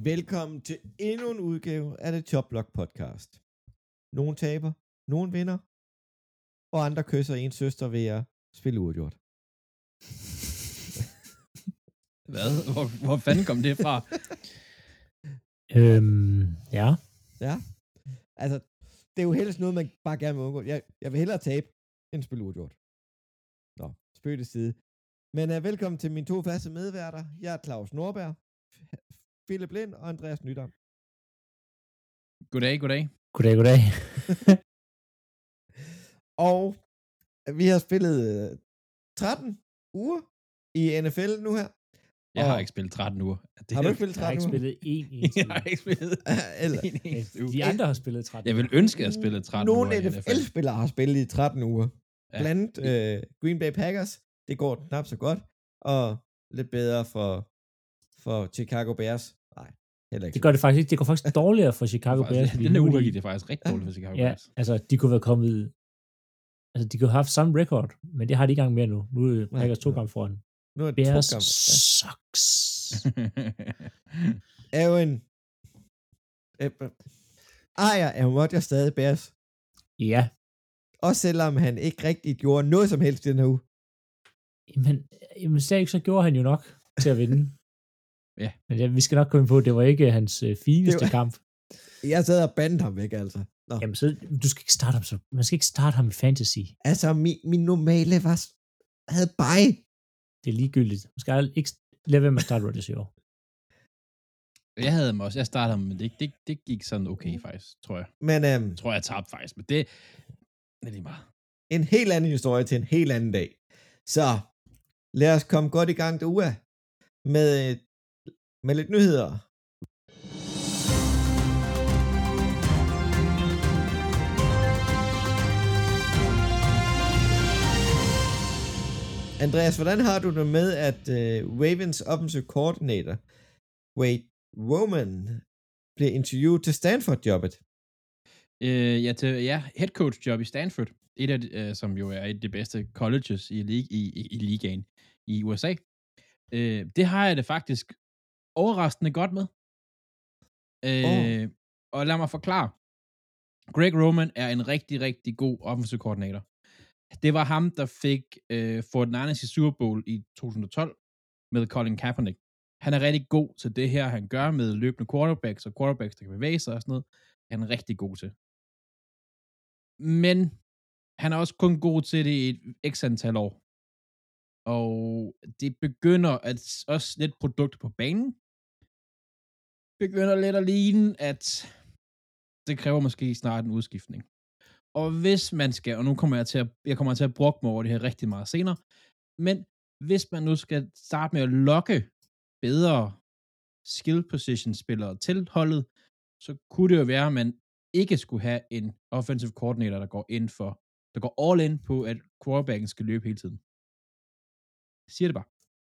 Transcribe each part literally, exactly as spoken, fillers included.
Velkommen til endnu en udgave af det Top Block podcast. Nogle taber, nogle vinder, og andre kysser en søster ved at spille uafgjort. Hvad? Hvor, hvor fanden kom det fra? øhm, ja. Ja, altså, det er jo helst noget, man bare gerne vil undgå. Jeg, jeg vil hellere tabe, end spille uafgjort. Nå, spøg til side. Men uh, velkommen til mine to faste medværter. Jeg er Claus Norberg, Philip Lind og Andreas Nydam. Goddag, goddag. Goddag, goddag. Og vi har spillet uh, tretten uger i N F L nu her. Jeg og har ikke spillet tretten uger. Det har du ikke spillet Jeg har tretten ikke uger? spillet én Jeg har ikke spillet Eller, en eneste uge. De andre har spillet tretten. Jeg vil ønske, at jeg spillede tretten Nogle uger i N F N F L. L-spillere har spillet i tretten uger. Ja. Blandt øh, Green Bay Packers. Det går knap så godt. Og lidt bedre for, for Chicago Bears. Nej, heller ikke. Det gør det faktisk ikke. Det går faktisk dårligere for Chicago Bears. Den er uge, det er faktisk rigtig dårligt for Chicago Ja, Bears. altså, de kunne være kommet... Altså, de kunne have haft samme record, men det har de ikke engang mere nu. Nu er Packers to gange foran. Nu er det Bears to kampe. Ja. sucks. Er jo en... Øh, ejer Aaron Rodgers stadig Bears. Ja. Også selvom han ikke rigtig gjorde noget som helst i den her uge. Men, men stadig så gjorde han jo nok til at vinde. Ja. Men ja, vi skal nok komme på, det var ikke hans øh, fineste Det var- kamp. Jeg sad og bandede ham væk, altså. Nå. Jamen, så, du skal ikke starte ham så. Man skal ikke starte ham i fantasy. Altså, min, min normale var... havde bye. Det er ligegyldigt. Man skal ikke lade være med at starte Rodgers i år. Jeg havde dem også. Jeg startede dem, men det, det, det gik sådan okay, faktisk, tror jeg. Men øhm, Jeg tror, jeg tabte faktisk, men det, det er lige meget. en helt anden historie til en helt anden dag. Så lad os komme godt i gang derude med, med lidt nyheder. Andreas, hvordan har du det med, at uh, Ravens offensive coordinator, Wade Roman, bliver interviewet til Stanford-jobbet? Øh, ja, til, ja, head coach job i Stanford. Et af de, øh, som jo er et af de bedste colleges i, lig- i, i, i ligaen i U S A. Øh, det har jeg det faktisk overraskende godt med. Øh, Oh. Og lad mig forklare. Greg Roman er en rigtig, rigtig god offensive koordinator. Det var ham, der fik øh, Fort Niners i Super Bowl i to tusind og tolv med Colin Kaepernick. Han er rigtig god til det her, han gør med løbende quarterbacks og quarterbacks, der kan bevæge sig og sådan noget. Han er rigtig god til. Men han er også kun god til det i et x antal år. Og det begynder at også lidt produkter på banen. Begynder lidt at ligne, at det kræver måske snart en udskiftning. Og hvis man skal, og nu kommer jeg til at, jeg kommer til at brokke mig over det her rigtig meget senere, men hvis man nu skal starte med at lokke bedre skill position spillere til holdet, så kunne det jo være, at man ikke skulle have en offensive coordinator, der går ind for, der går all in på, at quarterbacken skal løbe hele tiden. Jeg siger det bare.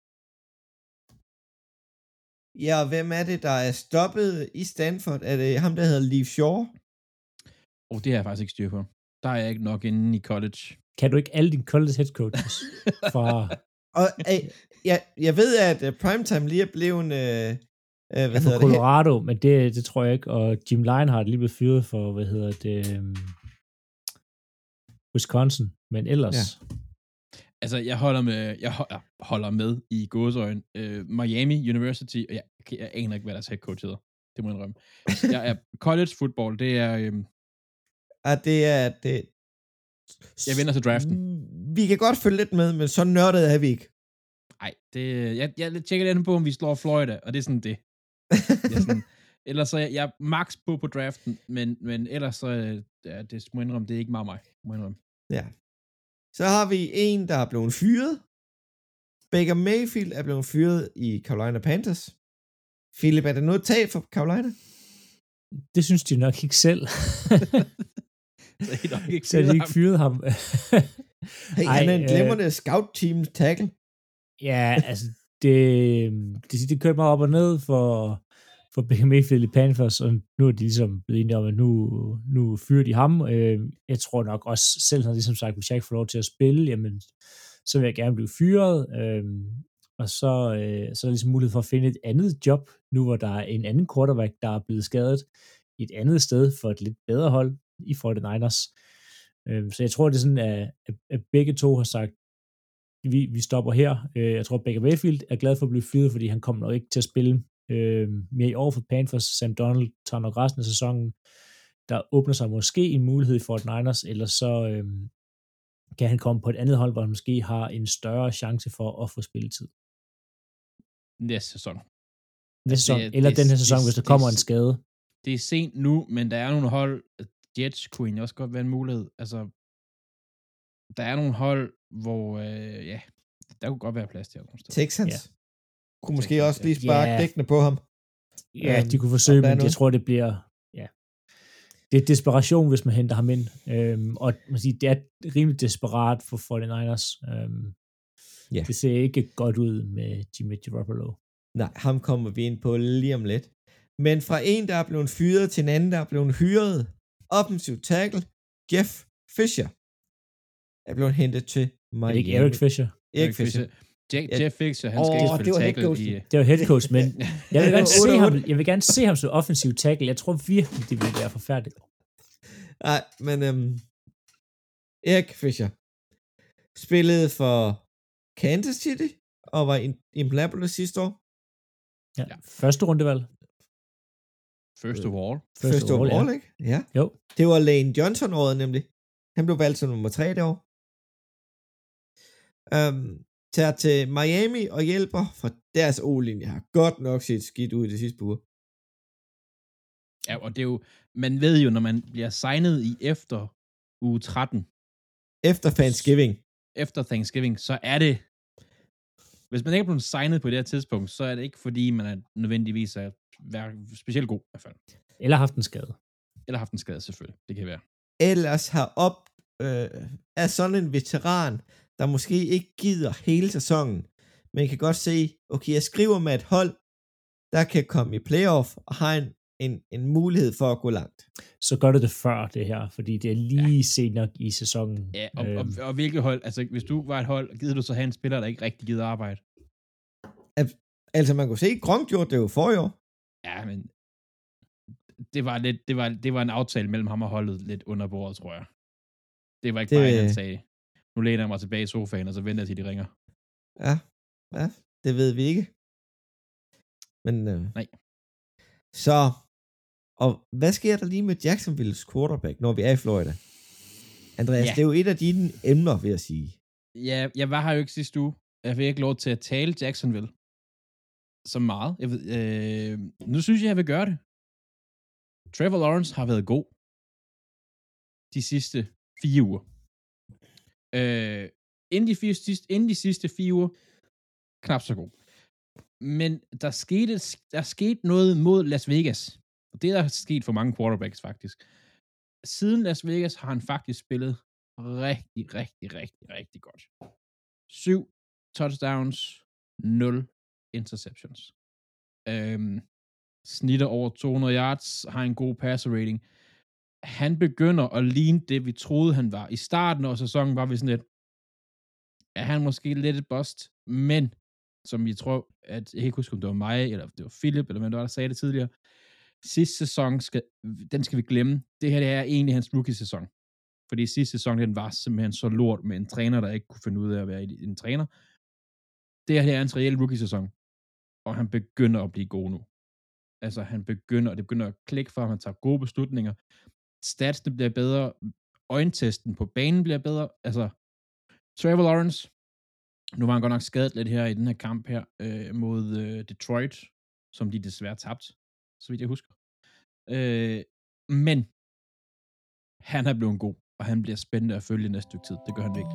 Ja, hvem er det, der er stoppet i Stanford? Er det ham, der hedder Leaf Shaw? Og det har jeg faktisk ikke styr på. Der er jeg ikke nok inde i college. Kan du ikke alle dine college head coaches fra... Og øh, jeg, jeg ved, at uh, Primetime lige er blevet... Øh, øh, hvad fra hedder det her? Colorado, men det, det tror jeg ikke. Og Jim Lionheart er lige blevet fyret for, hvad hedder det... Um, Wisconsin. Men ellers... Ja. Altså, jeg holder med, jeg holder, holder med i gåseøjne uh, Miami University, og jeg, jeg aner ikke, hvad deres head coach hedder. Det må jeg indrømme. Jeg er college football, det er... Um, At det er... Det, jeg vender til draften. Vi kan godt følge lidt med, men så nørdet er vi ikke. Nej, det, jeg, jeg tjekker lidt på, om vi slår Florida, og det er sådan det. det er sådan, ellers så er jeg, jeg er max på på draften, men, men ellers så ja, det må jeg indrømme, det er ikke meget mig. Må jeg indrømme. Ja. Så har vi en, der er blevet fyret. Baker Mayfield er blevet fyret i Carolina Panthers. Philip, er der noget tab for Carolina? Det synes de nok ikke selv. Så er nok ikke Så har de ikke fyret ham. Hey, Ej, han er en øh, glimrende scout-team tackle. Ja, altså, det, det, det kørte meget op og ned for, for Baker Mayfield i Panthers, og nu er de ligesom blevet enige om, at nu, nu fyrer de ham. Jeg tror nok også selv, han har ligesom sagt, hvis jeg ikke får lov til at spille, jamen, så vil jeg gerne blive fyret. og så, øh, så er der ligesom mulighed for at finde et andet job, nu hvor der er en anden quarterback, der er blevet skadet i et andet sted for et lidt bedre hold i forty-niners. Øh, så jeg tror, det er sådan, at, at begge to har sagt, vi, vi stopper her. Øh, jeg tror, Baker Mayfield er glad for at blive fyret, fordi han kommer nok ikke til at spille øh, mere i år for Panthers. Sam Donald tager nok resten af sæsonen. Der åbner sig måske en mulighed i forty-niners, eller så øh, kan han komme på et andet hold, hvor han måske har en større chance for at få spilletid. Næste sæson. Næste sæson, det, eller det, den her sæson, det, hvis der det, kommer en skade. Det er sent nu, men der er nogle hold, Jets kunne egentlig også godt være en mulighed. Altså, der er nogle hold, hvor, øh, ja, der kunne godt være plads til nogle steder. Texans. Ja. Kunne måske Texans, også lige sparke ja. dækkene på ham. Ja, Øhm, de kunne forsøge, men noget. jeg tror, det bliver, ja, det er desperation, hvis man henter ham ind. Øhm, og man siger, det er rimelig desperat for forty-niners. Øhm, ja. Det ser ikke godt ud med Jimmy Garoppolo. Nej, ham kommer vi ind på lige om lidt. Men fra en, der er blevet fyret, til en anden, der er blevet hyret, offensiv tackle, Jeff Fisher, er blevet hentet til Miami. Er det ikke Eric Fisher? Erik Fisher. Jack, Jeff Fisher, han skal Åh, ikke det spille var tackle head i... Det var head coach, men jeg vil, gerne se otte ham, otte. jeg vil gerne se ham som offensiv tackle. Jeg tror virkelig, det ville være forfærdeligt. Nej, men øhm, Erik Fisher spillede for Kansas City, og var in- Indianapolis sidste år. Ja. Ja. Første rundevalg. First of all. First First of of all, all, ja. ikke? Ja. Jo. Det var Lane Johnson-året nemlig. Han blev valgt som nummer tre det år. Um, tager til Miami og hjælper, for deres O-linje har godt nok set skidt ud i det sidste uge. Ja, og det er jo, man ved jo, når man bliver signet i efter uge tretten, Efter Thanksgiving. efter Thanksgiving, så er det, hvis man ikke er blevet signet på det her tidspunkt, så er det ikke fordi, man er nødvendigvis er være specielt god, i hvert fald. Eller haft en skade. Eller haft en skade, selvfølgelig. Det kan være. Ellers har op øh, er sådan en veteran, der måske ikke gider hele sæsonen, men kan godt se, okay, jeg skriver med et hold, der kan komme i playoff, og har en, en, en mulighed for at gå langt. Så gør det det før det her, fordi det er lige ja. sent nok i sæsonen. Ja, og, øhm. og, og hvilket hold, altså hvis du var et hold, gider du så have en spiller, der ikke rigtig gider arbejde? Altså man kunne se, Gronk gjorde det jo for i år. Ja, men det var lidt, det var, det var en aftale mellem ham og holdet lidt under bordet, tror jeg. Det var ikke det... bare, han sagde, nu læner jeg mig tilbage i sofaen, og så venter jeg til, de ringer. Ja, ja, det ved vi ikke. Men, øh, Nej. Så, og hvad sker der lige med Jacksonvilles quarterback, når vi er i Florida? Andreas, ja. Det er jo et af dine emner, vil jeg sige. Ja, jeg var her jo ikke sidste uge. Jeg fik ikke lov til at tale Jacksonville så meget. Jeg ved, øh, nu synes jeg, jeg vil gøre det. Trevor Lawrence har været god de sidste fire uger. Øh, inden, de fire, sidste, inden de sidste fire uger, knap så god. Men der skete, der skete noget mod Las Vegas. Og det er der sket for mange quarterbacks, faktisk. Siden Las Vegas har han faktisk spillet rigtig, rigtig, rigtig, rigtig godt. Syv touchdowns, nul interceptions. Øhm, snitter over to hundrede yards, har en god passer rating. Han begynder at ligne det, vi troede, han var. I starten af sæsonen var vi sådan lidt, er han måske lidt et bust, men som vi tror, at jeg ikke husker, om det var mig, eller det var Philip, eller hvem der var, der sagde det tidligere, sidste sæson, skal, den skal vi glemme. Det her det er egentlig hans rookie-sæson. Fordi sidste sæson, den var simpelthen så lort med en træner, der ikke kunne finde ud af at være en træner. Det her det er hans reelle rookie-sæson. Og han begynder at blive god nu. Altså, han begynder, det begynder at klikke for ham, han tager gode beslutninger. Statsene bliver bedre, øjentesten på banen bliver bedre. Altså, Trevor Lawrence, nu var han godt nok skadet lidt her i den her kamp her, øh, mod øh, Detroit, som de desværre tabt, så vidt jeg husker. Øh, men, han er blevet god, og han bliver spændende at følge næste stykke tid. Det gør han virkelig.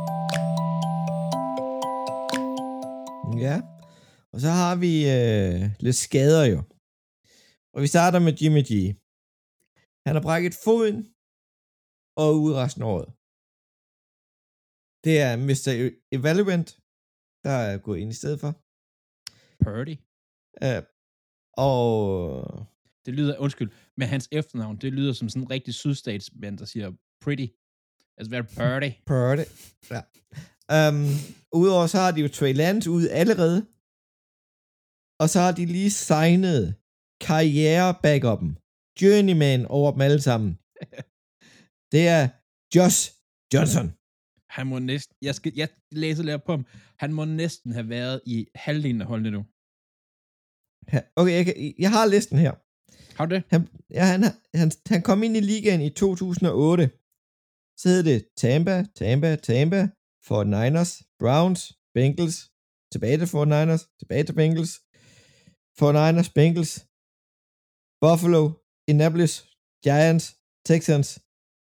Ja, og så har vi øh, lidt skader jo. Og vi starter med Jimmy G. Han har brækket foden og er ude resten af året. Det er mister Evaluant, der er gået ind i stedet for. Purdy. Uh, og... Det lyder, undskyld, men hans efternavn, det lyder som sådan en rigtig sydstatsmand, der siger pretty. Altså, hvad er Purdy? Purdy, ja. Um, Udover så har de jo Trey Lance ude allerede. Og så har de lige signet karriere-backuppen. Journeyman over dem alle sammen. Det er Josh Johnson. Han må næsten, jeg, skal, jeg læser lidt på ham, han må næsten have været i halvdelen af holdene nu. Okay, jeg, kan, jeg har listen her. Har du det? Han, ja, han, han, han kom ind i ligaen i to tusind og otte. Så hed det Tampa, Tampa, Tampa, forty-niners, Browns, Bengals, tilbage til forty-niners, tilbage til Bengals, forty-niners, Bengals, Buffalo, Indianapolis, Giants, Texans,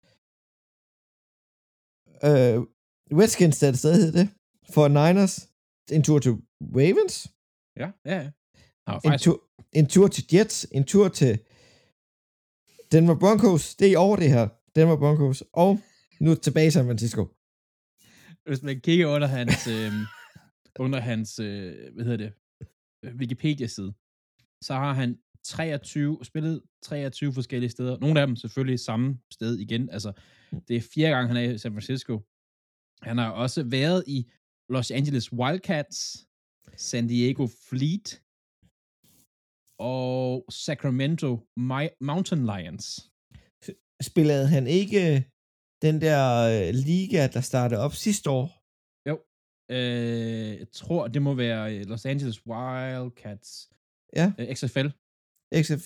øh, Redskins, der stadig hed det, forty-niners, en tur til Ravens, Ja, ja, ja. Nå, en, faktisk, tur, en tur til Jets, en tur til Denver Broncos, det er i år det her, Denver Broncos, og nu tilbage i San Francisco. hvis man kigger under hans, øh, under hans, øh, hvad hedder det, Wikipedia-side, så har han treogtyve, spillet treogtyve forskellige steder. Nogle af dem selvfølgelig samme sted igen. Altså, det er fire gange, han er i San Francisco. Han har også været i Los Angeles Wildcats, San Diego Fleet og Sacramento Mountain Lions. Spillede han ikke den der øh, liga, der startede op sidste år? Jo. Øh, jeg tror, det må være Los Angeles Wildcats. Ja. Øh, X F L. X F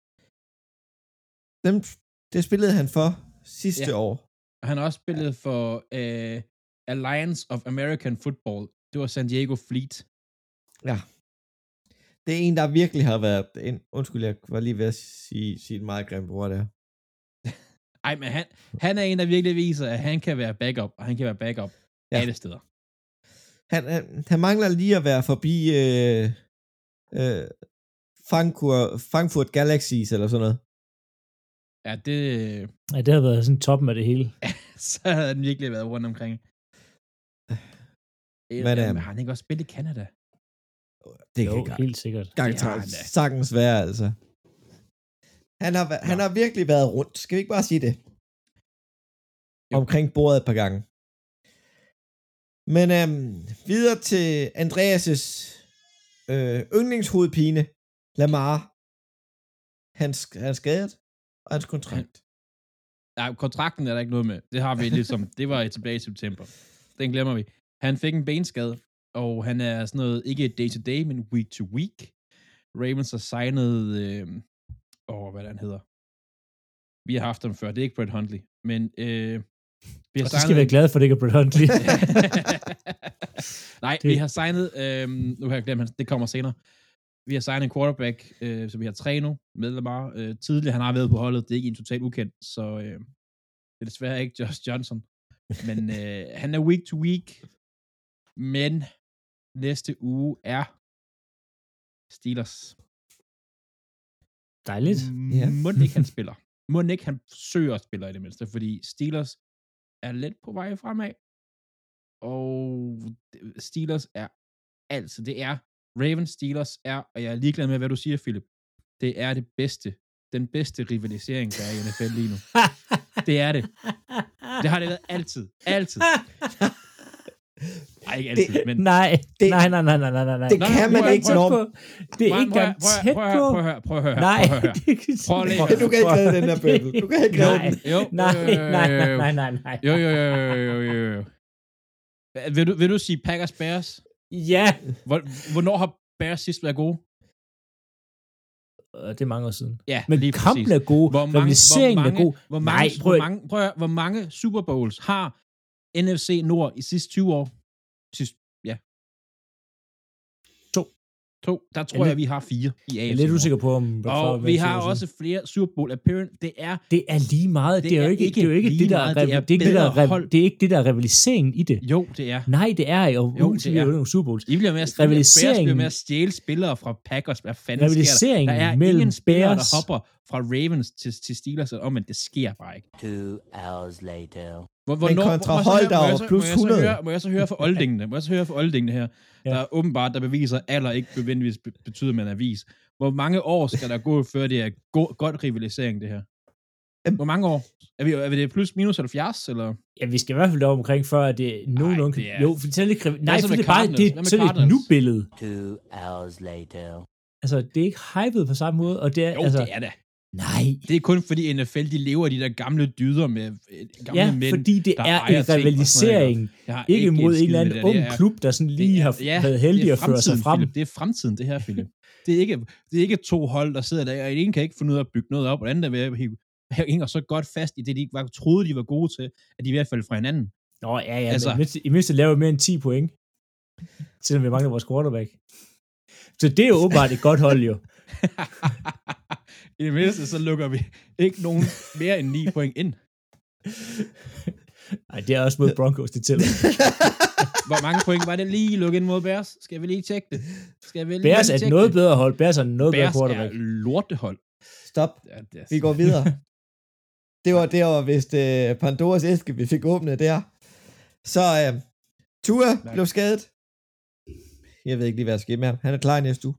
Dem, det spillede han for sidste Ja. år. Og han har også spillet for øh, Alliance of American Football. Det var San Diego Fleet. Ja. Det er en, der virkelig har været... En, undskyld, jeg var lige ved at sige, sige et meget grimt ord der. Ej, men han, han er en, der virkelig viser, at han kan være backup, og han kan være backup ja. alle steder. Han, han, han mangler lige at være forbi øh, øh, Frankfurt, Frankfurt Galaxies eller sådan noget. Ja, det... Ja, det har været sådan toppen af det hele. Så har han virkelig været rundt omkring. Men, ja, um, men har han ikke også spillet i Canada? Det jo, kan helt sikkert. Gang Ja, sagtens være, altså. Han har, ja. han har virkelig været rundt. Skal vi ikke bare sige det? Jo. Omkring bordet et par gange. Men øhm, videre til Andreas' øh, yndlingshovedpine, Lamar. Han, han er skadet, og hans kontrakt. Nej, kontrakten er der ikke noget med. Det har vi ligesom, det var tilbage i september. Den glemmer vi. Han fik en benskade, og han er sådan noget, ikke day to day, men week to week. Ravens har signet, øh, åh, hvad han hedder. Vi har haft ham før, det er ikke Brett Hundley, men øh, vi har og så skal vi være glade for, at det ikke er Brett Hundley. Nej, det... vi har signet, øh, nu har jeg glemt hans, det kommer senere. Vi har signet en quarterback, øh, så vi har tre nu med Lamar. Øh, tidligere, han har været på holdet, det er ikke en totalt ukendt, så øh, det er desværre ikke Josh Johnson. Men øh, han er week to week, men næste uge er Steelers. Dejligt. Ja. Må ikke han spiller. Må ikke han søger at spille i det mindste, fordi Steelers er lidt på vej fremad, og Steelers er altså, det er Ravens Steelers er, og jeg er ligeglad med, hvad du siger, Philip, det er det bedste, den bedste rivalisering, der er i N F L lige nu. Det er det. Det har det været altid. Altid. Nej, ikke altid, det, men... Nej, det, nej, nej, nej, nej, nej, nej. Det kan man ikke nå. Det er ikke engang tæt på. Prøv at høre, prøv at høre. Nej, prøv at høre. Du kan ikke redde den der bøbel. Du kan ikke redde den. Jo, nej, nej, nej, nej, nej. Jo, jo, jo, jo, jo, jo. Vil du, vil du sige Packers Bears? Ja. Hvornår har Bears sidst været gode? Det er mange år siden. Ja, men kampen er god. Hvor mange, rivaliseringen hvor mange, er god. Hvor mange, Nej, prøv hvor mange, prøv at, hvor mange Super Bowls har N F C Nord i sidste tyve år? Sidst, ja. To. To. Der tror jeg, jeg, vi har fire i A F C. Jeg er lidt usikker på, om... Og vi har også flere Super Bowl appearance. Det er... Det er lige meget. Det, det er jo ikke, det er jo ikke det, der, det er, det er, det der, det er ikke det, der er rivaliseringen i det. Jo, det er. Nej, det er jo. Jo, det er. Jo, Super Bowls. I bliver med at, rivaliseringen, bliver med at stjæle spillere fra Packers. Hvad fanden rivaliseringen sker der? Der er mellem ingen spillere, Bears. der hopper fra Ravens til, til Steelers. Og men det sker bare ikke. Two hours later. Hvor, Men kontra hold, der er plus hundrede. Må jeg så høre for oldingene? Må jeg så høre for oldingene her? Ja. Der er åbenbart, der beviser, at alder ikke nødvendigvis betyder, at man er vis. Hvor mange år skal der gå, før det er go- godt rivalisering, det her? Hvor mange år? Er vi, er vi det plus minus halvfjerds, eller? Ja, vi skal i hvert fald op omkring, før at det nogenlunde kan... er- Jo, for det er lidt... kriv- Nej, så for med det er bare Cardinals? det, Hvad med så er det et Cardinals? nu-billede. Two hours later. Altså, det er ikke hypet på samme måde, og det er... Jo, altså, det er det. Nej. Det er kun fordi N F L, de lever de der gamle dyder med øh, gamle Ja, mænd, fordi det der er ejer en ting og sådan noget, rivalisering. Jeg har Ikke mod et en eller skid anden med det ung der. Det er- klub, der sådan lige det er- har ja, været heldig det er at føre sig fremtiden, frem. Philip. Det er fremtiden, det her, Philip. Det er ikke, det er ikke to hold, der sidder der, og den ene kan ikke finde ud af at bygge noget op, og den anden der vil- hænger så godt fast i det, de var, troede, de var gode til, at de i hvert fald fra hinanden. Nå, ja, ja, Altså- altså, men i mindste- i mindste laver vi mere end ti point, selvom vi mangler vores quarterback. Så det er jo åbenbart et godt hold, jo. I det mindste, så lukker vi ikke nogen mere end ni point ind. Nej, det er også mod Broncos, det tæller. Hvor mange point var det lige lukket ind mod Bears? Skal vi lige tjekke det? Skal vi lige Bears er et tjekke noget det? bedre hold. Bears er noget bedre Bears quarterback. er lortehold. Stop. Ja, det er Vi går videre. Det var derovre, hvis det Pandoras æske, vi fik åbnet der. Så uh, Tua Nej. blev skadet. Jeg ved ikke lige, hvad der sker med ham. Han er klar i næste uge.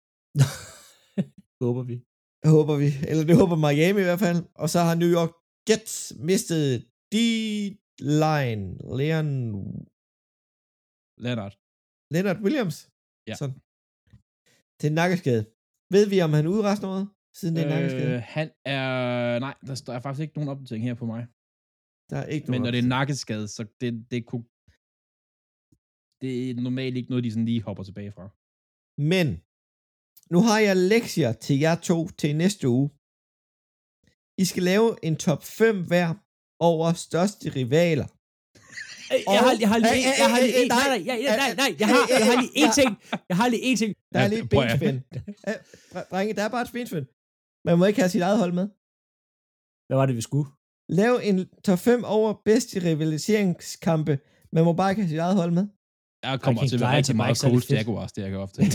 Håber vi. Håber vi. Eller det håber Miami i hvert fald. Og så har New York Jets mistet D-line. Leon... Leonard. Leonard Williams. Ja. Sådan. Det er en nakkeskade. Ved vi, om han udrester noget, siden det er en nakkeskade? Øh, han er... Nej, der står faktisk ikke nogen opdatering her på mig. Der er ikke Men nogen når det er en opdatering. nakkeskade, så det, det kunne... Det er normalt ikke noget, de sådan lige hopper tilbage fra. Men nu har jeg lektier til jer to til næste uge. I skal lave en top fem hver over største rivaler. Jeg har, jeg har lige, Hey, hey, jeg har lige, hey, en- nej, nej. nej, nej, nej, nej, jeg har, jeg har lige en ting, jeg har lige en ting. Der er lige et prøv at- benspænd. Ja, dre- Drenge, der er bare et benspænd. Man må ikke have sit eget hold med. Hvad var det, vi skulle? Lav en top fem over bedste rivaliseringskampe. Man må bare ikke have sit eget hold med. Jeg kommer King til at være Giants rigtig er bare meget ikke særlig Colts fedt. Jaguars, det jeg kan ofte.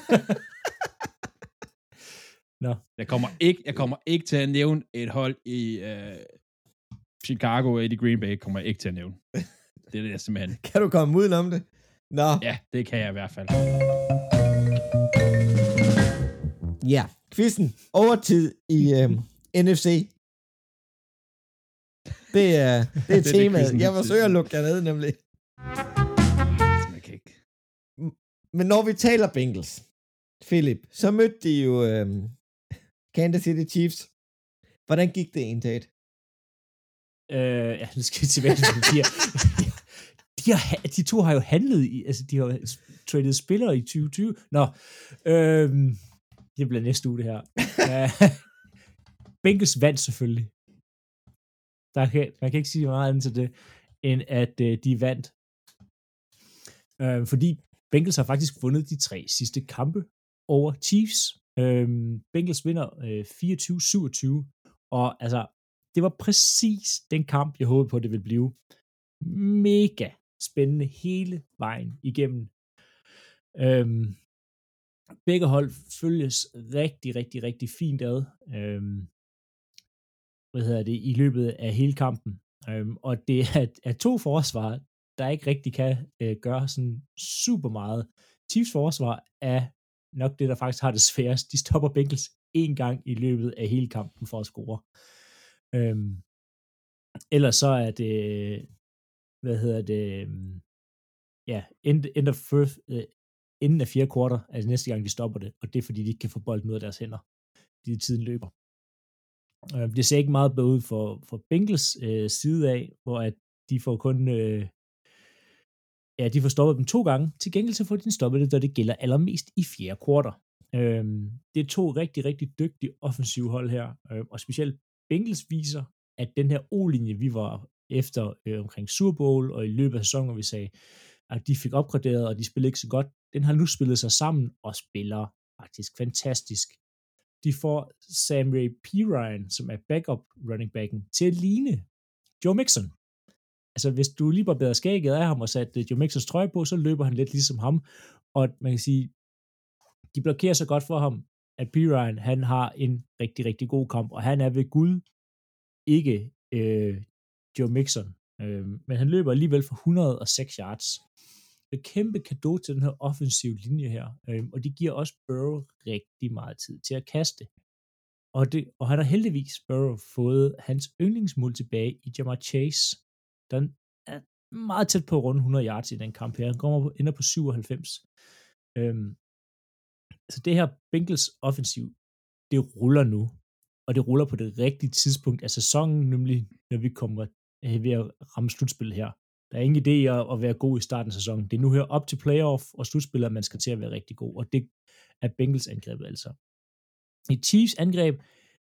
Nå. Jeg kommer ikke, jeg kommer ikke til at nævne et hold i uh, Chicago og i Green Bay, kommer jeg ikke til at nævne. Det er det simpelthen. Kan du komme udenom det? Nå, Ja, det kan jeg i hvert fald. ja. Quizzen. Overtid i øhm, N F C. Det er, det er det, temaet. quizzen Jeg betyder. forsøger at lukke jer ned, nemlig. Jeg kan ikke. Men når vi taler Bengals, Philip, så mødte de jo øhm, Kansas City Chiefs. Hvordan gik det egentlig? Øh, ja, nu skal vi tilbage til de her. De, har, de to har jo handlet i, altså de har traded spillere i tyve tyve. Nå, øh, det bliver næste uge det her. Uh, Bengals vandt selvfølgelig. Der kan, man kan ikke sige meget andet til det, end at uh, de vandt. Uh, fordi Bengals har faktisk vundet de tre sidste kampe over Chiefs. Uh, Bengals vinder uh, fireogtyve syvogtyve, og altså, det var præcis den kamp, jeg håbede på, det ville blive. Mega spændende hele vejen igennem. Øhm, begge hold følges rigtig, rigtig, rigtig fint ad. Øhm, hvad hedder det, i løbet af hele kampen. Øhm, og det er, er to forsvar, der ikke rigtig kan øh, gøre sådan super meget. Chiefs forsvar er nok det, der faktisk har det sværest. De stopper Bengals en gang i løbet af hele kampen for at score. Øhm, ellers så er det, hvad hedder det, ja, end, end of first, øh, inden af fjerde kvartal, altså næste gang de stopper det, og det er fordi, de ikke kan få bolden ud af deres hænder, de tiden løber. Øh, det ser ikke meget bedre ud for, for Bengals øh, side af, hvor at de får kun, øh, ja, de får stoppet dem to gange, til gengæld så får de stoppet det, da det gælder allermest i fjerde kvartal. Øh, det er to rigtig, rigtig dygtige offensive hold her, øh, og specielt Bengals viser, at den her O-linje, vi var efter øh, omkring Super Bowl, og i løbet af sæsonen, vi sagde, at de fik opgraderet, og de spillede ikke så godt, den har nu spillet sig sammen, og spiller faktisk fantastisk. De får Sammy Piran, som er backup running backen, til at ligne Joe Mixon. Altså, hvis du lige bare bedre skægget af ham og satte Joe Mixons trøje på, så løber han lidt ligesom ham, og man kan sige, de blokerer så godt for ham, at Piran, han har en rigtig, rigtig god kamp, og han er ved Gud ikke øh, Joe Mixon, øh, men han løber alligevel for et hundrede og seks yards. Det er kæmpe cadeau til den her offensive linje her, øh, og de giver også Burrow rigtig meget tid til at kaste. Og, det, og han har heldigvis, Burrow, fået hans yndlingsmål tilbage i Jamar Chase. Den er meget tæt på at runde hundrede yards i den kamp her. Han kommer på, ender på syvoghalvfems. Øhm, så det her Bengals offensiv, det ruller nu. Og det ruller på det rigtige tidspunkt af sæsonen, nemlig når vi kommer ved at ramme slutspillet her. Der er ingen idé at, at være god i starten af sæsonen. Det er nu her op til playoff og slutspillet, at man skal til at være rigtig god. Og det er Bengals angrebet altså. I Chiefs angreb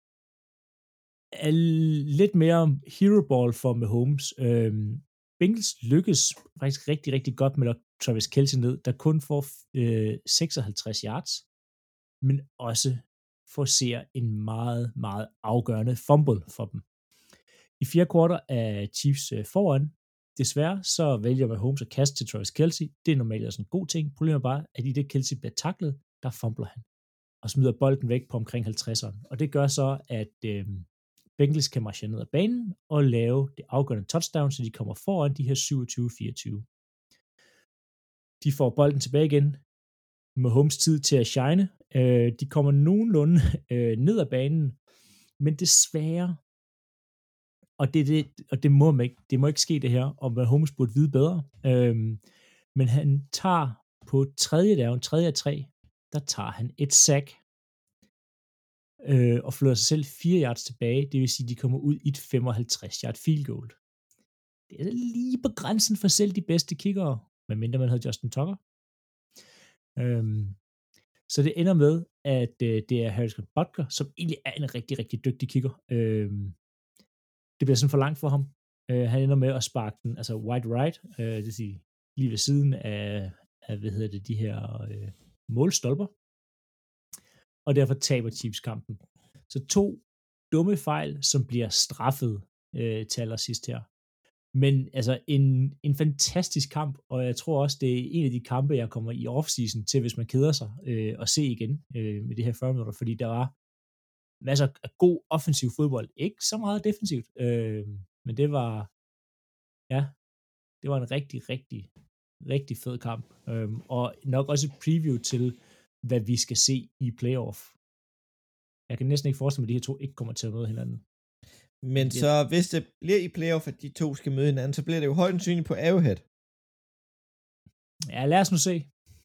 er lidt mere hero ball for Mahomes. Øhm, Bengals lykkes faktisk rigtig, rigtig godt med at Travis Kelce ned, der kun får øh, seksoghalvtreds yards, men også forser en meget, meget afgørende fumble for dem. I fjerde kvartal er Chiefs øh, foran. Desværre så vælger Mahomes at kaste til Travis Kelce. Det er normalt også en god ting. Problemet er bare, at i det Kelce bliver taklet, der fumbler han og smider bolden væk på omkring halvtredseren. Og det gør så, at øh, Bengals kan marchere ned ad banen og lave det afgørende touchdown, så de kommer foran de her syvogtyve fireogtyve. De får bolden tilbage igen. Mahomes tid til at shine. Øh, de kommer nogenlunde øh, ned ad banen, men desværre, og det, det, og det, må ikke, det må ikke ske det her, og Mahomes burde vide bedre, øh, men han tager på tredje down, tredje af tre, der tager han et sack, øh, og flytter sig selv fire yards tilbage, det vil sige, at de kommer ud i et femoghalvtreds yard field goal. Det er lige på grænsen for selv de bedste kickere, medmindre man havde Justin Tucker. Øhm, så det ender med, at øh, det er Harrison Butker, som egentlig er en rigtig, rigtig dygtig kicker. Øhm, det bliver sådan for langt for ham. Øh, han ender med at sparke den, altså wide right, øh, det vil sige lige ved siden af, af hvad hedder det, de her øh, målstolper. Og derfor taber Chiefs kampen. Så to dumme fejl, som bliver straffet øh, til allersidst her. Men altså en, en fantastisk kamp, og jeg tror også, det er en af de kampe, jeg kommer i offseason til, hvis man keder sig, øh, og se igen øh, med det her fyrre minutter, fordi der var masser af god offensiv fodbold. Ikke så meget defensivt, øh, men det var, ja, det var en rigtig, rigtig, rigtig fed kamp. Øh, og nok også et preview til, hvad vi skal se i playoff. Jeg kan næsten ikke forestille mig, at de her to ikke kommer til at møde hinanden. Men så hvis det bliver i playoff, at de to skal møde hinanden, så bliver det jo højt sandsynligt på Arrowhead. Ja, lad os nu se.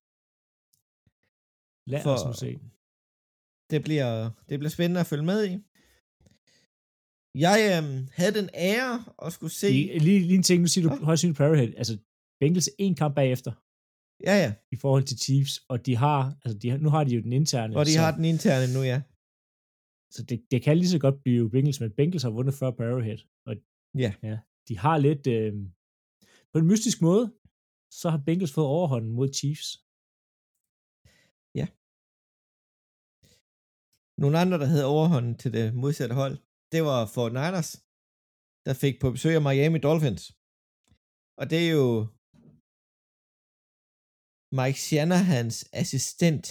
Lad For os nu se. Det bliver, det bliver spændende at følge med i. Jeg øhm, havde den ære at skulle se... Lige, lige, lige en ting, nu siger du højt sandsynligt på Arrowhead. Altså, Bengals en kamp bagefter. Ja, ja. I forhold til Chiefs, og de har, altså de har, nu har de jo den interne. Og de så, har den interne nu, ja. Så det, det kan lige så godt blive Bengals, men Bengals har vundet før på Arrowhead. Og ja. ja, de har lidt, øh, på en mystisk måde, så har Bengals fået overhånden mod Chiefs. Ja. Nogle andre, der havde overhånden til det modsatte hold, det var Fort Niners, der fik på besøg af Miami Dolphins. Og det er jo Mike Shanahans assistent,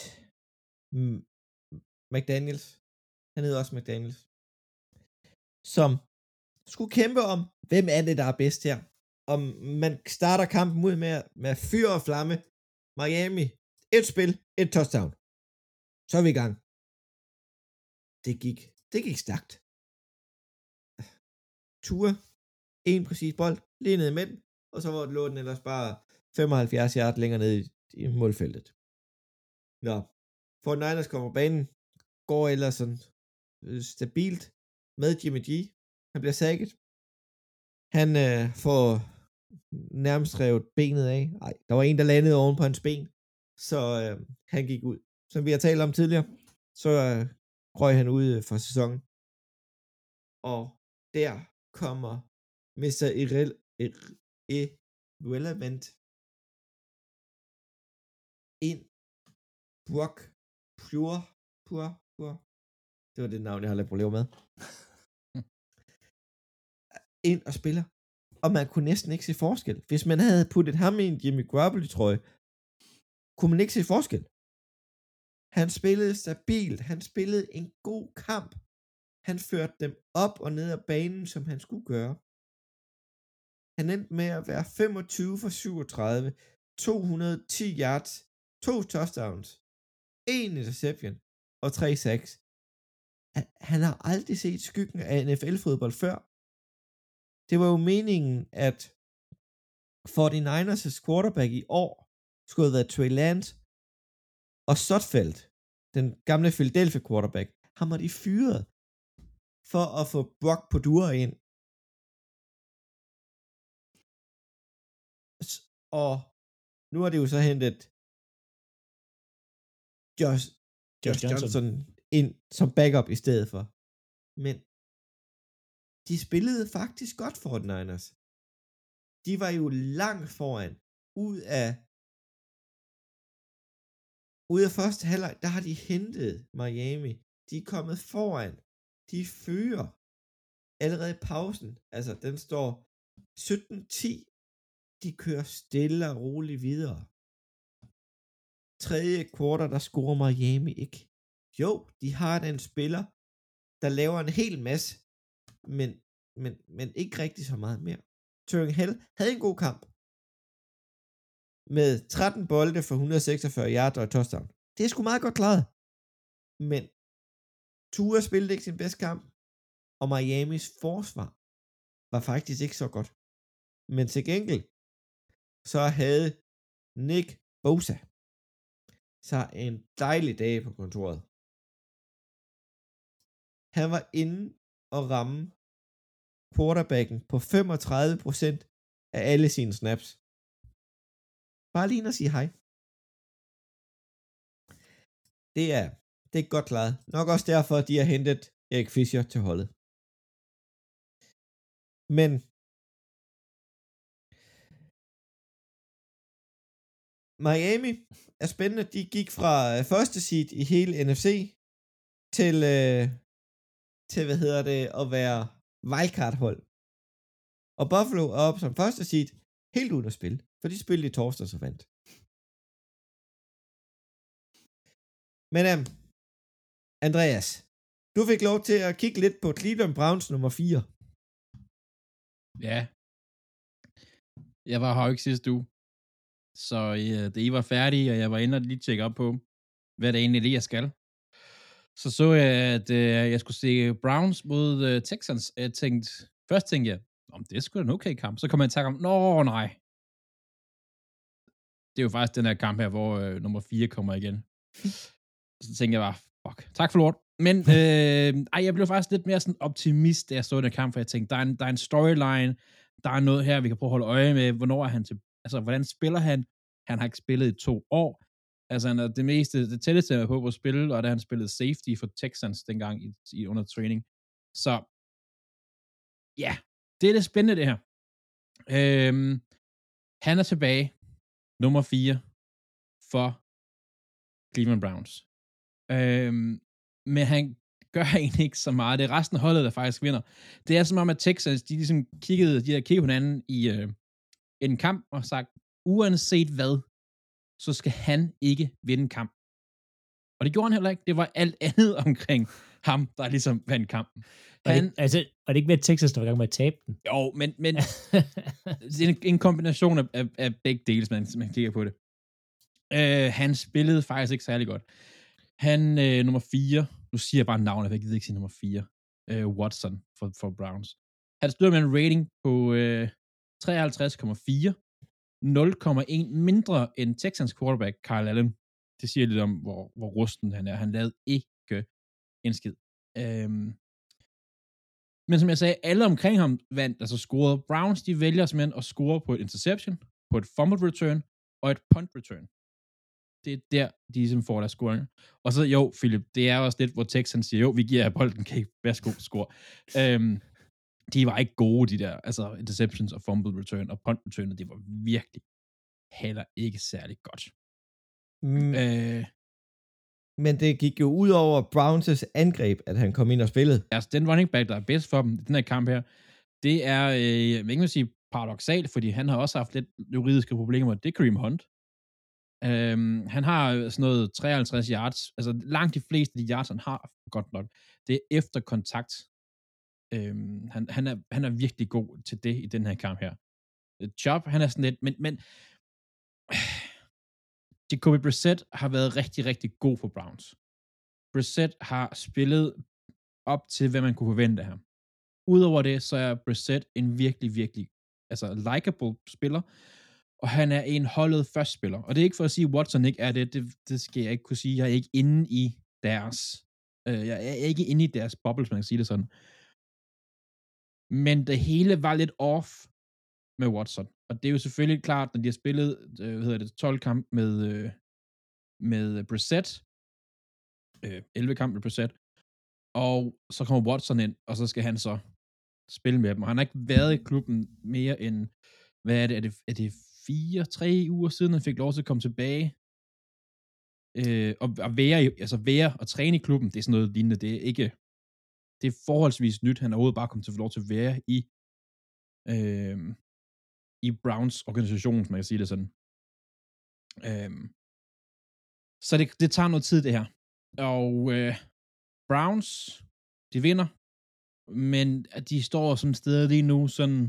McDaniels. Han hedder også McDaniels. Som skulle kæmpe om, hvem er det, der er bedst her. Om man starter kampen ud med, med fyr og flamme. Miami, et spil, et touchdown. Så er vi i gang. Det gik, det gik stærkt. Tua, en præcis bold, lige ned i midten, og så var lå den ellers bare femoghalvfjerds yard længere ned i, i målfeltet. Nå, Fort Niners kommer på banen, går ellers sådan øh, stabilt med Jimmy G. Han bliver sækket. Han øh, får nærmest revet benet af. Ej, der var en, der landede oven på hans ben, så øh, han gik ud. Som vi har talt om tidligere, så øh, røg han ud øh, for sæsonen. Og der kommer mister Irre- Ir- Irrelevant ind. Brock Pure, Pure, Pure. Det var det navn, jeg har lidt problemer med. Ind og spiller. Og man kunne næsten ikke se forskel. Hvis man havde puttet ham i en Jimmy Garoppolo-trøje, kunne man ikke se forskel. Han spillede stabilt. Han spillede en god kamp. Han førte dem op og ned ad banen, som han skulle gøre. Han endte med at være femogtyve for syvogtredive, to hundrede og ti yards, to touchdowns, en interception og tre sacks. han, han har aldrig set skyggen af N F L-fodbold før. Det var jo meningen, at forty-niners' quarterback i år skulle have været Trey Lance, og Sudfeld, den gamle Philadelphia quarterback, ham har de fyret for at få Brock Purdy ind. Og nu har de jo så hentet Josh, Josh Johnson. Johnson ind som backup i stedet for. Men de spillede faktisk godt for forty-niners. De var jo langt foran. Ud af ud af første halvleg, der har de hentet Miami. De er kommet foran. De fører allerede i pausen. Altså, den står sytten ti. De kører stille og roligt videre. Tredje kvartal, der scorer Miami ikke. Jo, de har den spiller, der laver en hel masse, men, men, men ikke rigtig så meget mere. Tyreek Hill havde en god kamp. Med tretten bolde for one hundrede seksogfyrre yards og et touchdown. Det er sgu meget godt klaret. Men Tua spillede ikke sin bedste kamp, og Miamis forsvar var faktisk ikke så godt. Men til gengæld, så havde Nick Bosa så en dejlig dag på kontoret. Han var inde og ramme quarterbacken på femogtredive procent af alle sine snaps. Bare lige at sige hej. Det er, det er godt klaret. Nok også derfor, at de har hentet Eric Fisher til holdet. Men Miami er spændende. De gik fra første seed i hele N F C til, øh, til hvad hedder det, at være wildcard-hold. Og Buffalo er op som første seed helt uden at spille, for de spillede i torsdags og vandt. Men um, Andreas, du fik lov til at kigge lidt på Cleveland Browns nummer fire. Ja. Jeg var her jo ikke sidste uge. Så ja, det I var færdige, og jeg var inde og lige tjekke op på, hvad det egentlig er, jeg skal. Så så jeg, at øh, jeg skulle se Browns mod øh, Texans. Jeg tænkte, først tænkte jeg, om det er sgu da en okay kamp. Så kom jeg i tanke om, nå nej. Det er jo faktisk den her kamp her, hvor øh, nummer fire kommer igen. Så tænkte jeg bare, fuck, tak for lort. Men øh, ej, jeg blev faktisk lidt mere sådan optimist, da jeg så den kamp, for jeg tænkte, der er en, der er en storyline, der er noget her, vi kan prøve at holde øje med, hvornår er han til, altså hvordan spiller han? Han har ikke spillet i to år. Altså han er det meste, det tætteste jeg på at spille, og da han spillede safety for Texans dengang i, i under training. Så ja, det er det spændende det her. Øhm, han er tilbage, nummer fire, for Cleveland Browns. Øhm, men han gør egentlig ikke så meget. Det er resten af holdet, der faktisk vinder. Det er som om, at Texans, de ligesom kiggede, de havde kigget på hinanden i øh, en kamp, og sagt, uanset hvad, så skal han ikke vinde en kamp. Og det gjorde han heller ikke. Det var alt andet omkring ham, der ligesom vandt kampen. Han, og, det, altså, og det ikke med Texas, der var i gang med at tabe den? Jo, men, men det er en, en kombination af, af, af begge dele, hvis man, man kigger på det. Uh, han spillede faktisk ikke særlig godt. Han, uh, nummer fire, nu siger jeg bare navnet, jeg gider ikke sige nummer fire, uh, Watson for, for Browns. Han stod med en rating på uh, treoghalvtreds komma fire, nul komma en mindre end Texans quarterback, Kyle Allen. Det siger lidt om, hvor, hvor rusten han er. Han lavede ikke en skid. Øhm. Men som jeg sagde, alle omkring ham vandt, altså scorede. Browns, de vælger simpelthen at score på et interception, på et fumble return og et punt return. Det er der, de ligesom får deres scoring. Og så, jo, Philip, det er også lidt, hvor Texans siger, jo, vi giver jer bolden, kan ikke være god score. øhm, de var ikke gode, de der, altså interceptions og fumble return og punt return, det var virkelig heller ikke særlig godt. Mm. Øh, Men det gik jo ud over Browns' angreb, at han kom ind og spillede. Altså, den running back, der er bedst for dem i den her kamp her, det er, øh, jeg vil ikke sige paradoksalt, fordi han har også haft lidt juridiske problemer. Det er Kareem Hunt. Øhm, han har sådan noget treoghalvtreds yards. Altså, langt de fleste af de yards, han har, godt nok, det er efter kontakt. Øhm, han, han, er, han er virkelig god til det i den her kamp her. Chop, han er sådan lidt, men, men Jacoby Brissett har været rigtig, rigtig god for Browns. Brissett har spillet op til, hvad man kunne forvente af ham. Udover det, så er Brissett en virkelig, virkelig altså likable spiller, og han er en holdet først spiller. Og det er ikke for at sige, at Watson ikke er det, det, det skal jeg ikke kunne sige. Jeg er ikke inde i deres, øh, jeg er ikke inde i deres bubbles, man kan sige det sådan. Men det hele var lidt off med Watson. Og det er jo selvfølgelig klart, når de har spillet, øh, hvad hedder det, tolv kamp med, øh, med Brissett, øh, elleve kamp med Brissett, og så kommer Watson ind, og så skal han så spille med dem. Og han har ikke været i klubben mere end, hvad er det, er det, er det fire, tre uger siden, han fik lov til at komme tilbage, øh, og, og være, altså være og træne i klubben, det er sådan noget lignende, det er ikke, det er forholdsvis nyt, han er overhovedet bare kommet til at få lov til at være i, øh, i Browns organisation, man kan sige det sådan. Øh, så det, det tager noget tid, det her. Og øh, Browns, de vinder, men de står sådan et sted lige nu, sådan,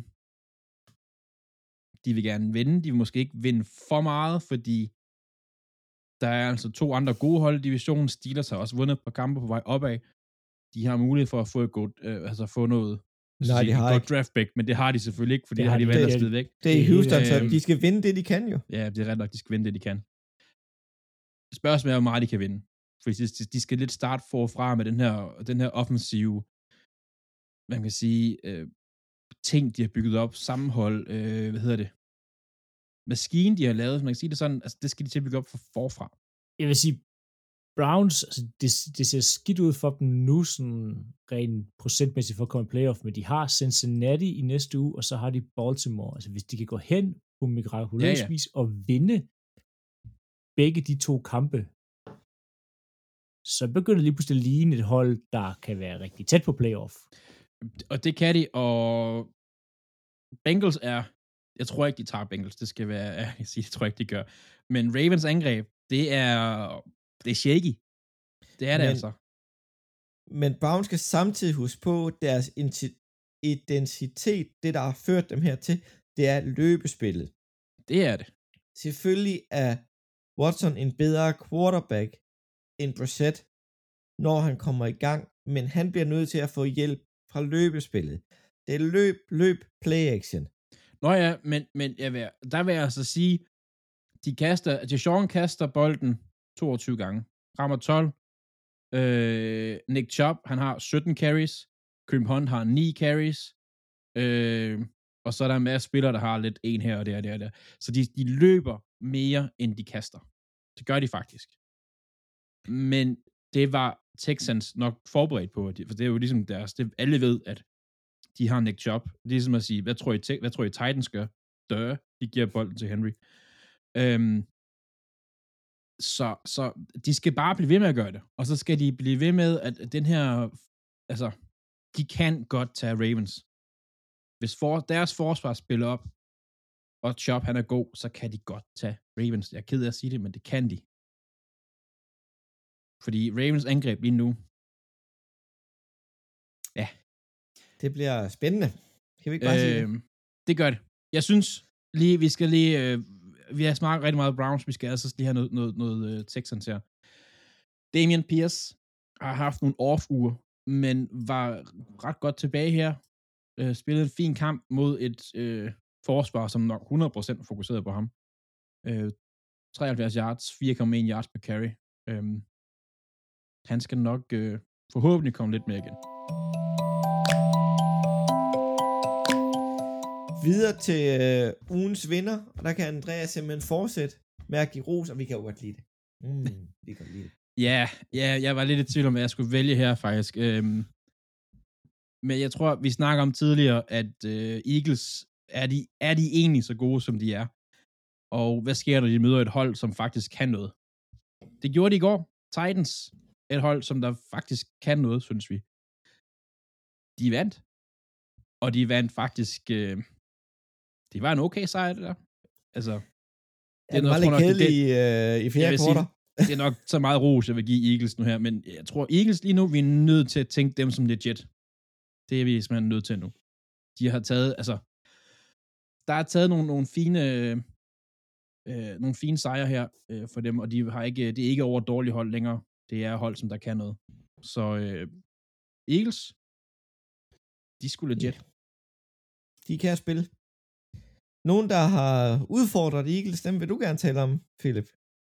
de vil gerne vinde, de vil måske ikke vinde for meget, fordi der er altså to andre gode hold i divisionen. Steelers har også vundet et par kampe på vej opad. De har mulighed for at få et godt, øh, altså få noget, Nej, de har godt ikke. draft pick, men det har de selvfølgelig ikke, fordi Det det har har de de valgt ikke. at smide væk. Det er i Houston, så Øh, de skal vinde det, de kan jo. Ja, det er ret nok, de skal vinde det, de kan. Spørgsmålet er, hvor meget de kan vinde. Fordi de, de skal lidt starte forfra med den her, den her offensive, man kan sige, øh, ting, de har bygget op, sammenhold, øh, hvad hedder det, maskine, de har lavet, man kan sige det sådan, altså det skal de til at bygge op for forfra. Jeg vil sige, Browns, altså det, det ser skidt ud for dem nu, sådan rent procentmæssigt for at komme i playoff, men de har Cincinnati i næste uge, og så har de Baltimore. Altså hvis de kan gå hen på mirakuløs Ja, ja. vis og vinde begge de to kampe, så begynder det lige pludselig at ligne et hold, der kan være rigtig tæt på playoff. Og det kan de, og Bengals er, jeg tror ikke, de tager Bengals, det skal være, jeg siger, det tror jeg ikke, de gør. Men Ravens angreb, det er, det er shaky. Det er det Men- altså. Men Browns skal samtidig huske på deres inti- identitet, det der har ført dem hertil, det er løbespillet. Det er det. Selvfølgelig er Watson en bedre quarterback end Brissett, når han kommer i gang, men han bliver nødt til at få hjælp fra løbespillet. Det er løb, løb, play action. Nå ja, men, men jeg vil, der vil jeg altså sige, de kaster, Deshaun kaster bolden toogtyve gange, rammer tolv. Øh, Nick Chubb, han har sytten carries. Kareem Hunt har ni carries. Øh, og så er der en masse spillere, der har lidt en her og der og der og der. Så de, de løber mere, end de kaster. Det gør de faktisk. Men det var Texans nok forberedt på, for det er jo ligesom deres, det, alle ved, at de har Nick Chubb. Det er ligesom at sige, hvad tror I, hvad tror I Titans gør? Døre, de giver bolden til Henry. Øhm, så, så de skal bare blive ved med at gøre det. Og så skal de blive ved med, at den her, altså, de kan godt tage Ravens. Hvis for, deres forsvar spiller op, og Chubb han er god, så kan de godt tage Ravens. Jeg er ked af at sige det, men det kan de. Fordi Ravens angreb lige nu, ja. Det bliver spændende. Kan vi ikke bare øh, sige det? Øh, det gør det. Jeg synes lige, vi skal lige, øh, vi har snakket rigtig meget Browns, vi skal altså lige have noget, noget, noget uh, Texans her. Damian Pierce har haft nogle off-uger, men var ret godt tilbage her. Øh, spillede en fin kamp mod et øh, forsvar, som nok hundrede procent fokuseret på ham. Øh, treoghalvfjerds yards, fire komma en yards per carry. Øh, han skal nok øh, forhåbentlig komme lidt mere igen. Videre til øh, ugens vinder, og der kan Andreas simpelthen fortsætte med at give ros, og vi kan jo godt lide det. Mm, vi kan lide det. Ja, ja, jeg var lidt i tvivl om, hvad jeg skulle vælge her, faktisk. Øhm, men jeg tror, vi snakker om tidligere, at øh, Eagles, er de, er de egentlig så gode, som de er? Og hvad sker der, når de møder et hold, som faktisk kan noget? Det gjorde de i går. Titans, et hold, som der faktisk kan noget, synes vi. De vandt. Og de vandt faktisk... Øh, det var en okay sejr, det der. Altså... Det er meget lidt kedelig i, øh, i flere kvarter. Det er nok så meget ros, jeg vil give Eagles nu her, men jeg tror, Eagles lige nu, vi er nødt til at tænke dem som legit. Det er vi simpelthen nødt til nu. De har taget, altså, der er taget nogle, nogle fine, øh, nogle fine sejre her øh, for dem, og de har ikke, det er ikke over et dårligt hold længere. Det er hold, som der kan noget. Så øh, Eagles, de skulle legit. Yeah. De kan spille. Nogen, der har udfordret Eagles, dem vil du gerne tale om, Philip.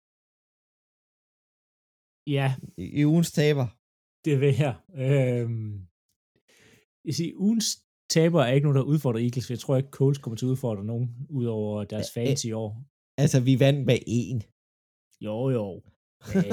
Ja, I, i ugens taber. det vil jeg. Øhm, jeg siger, ugens taber er ikke nogen, der udfordrer Eagles, for jeg tror ikke, Colts kommer til at udfordre nogen, udover deres fans i år. Altså, vi vandt med en. Jo, jo. Men,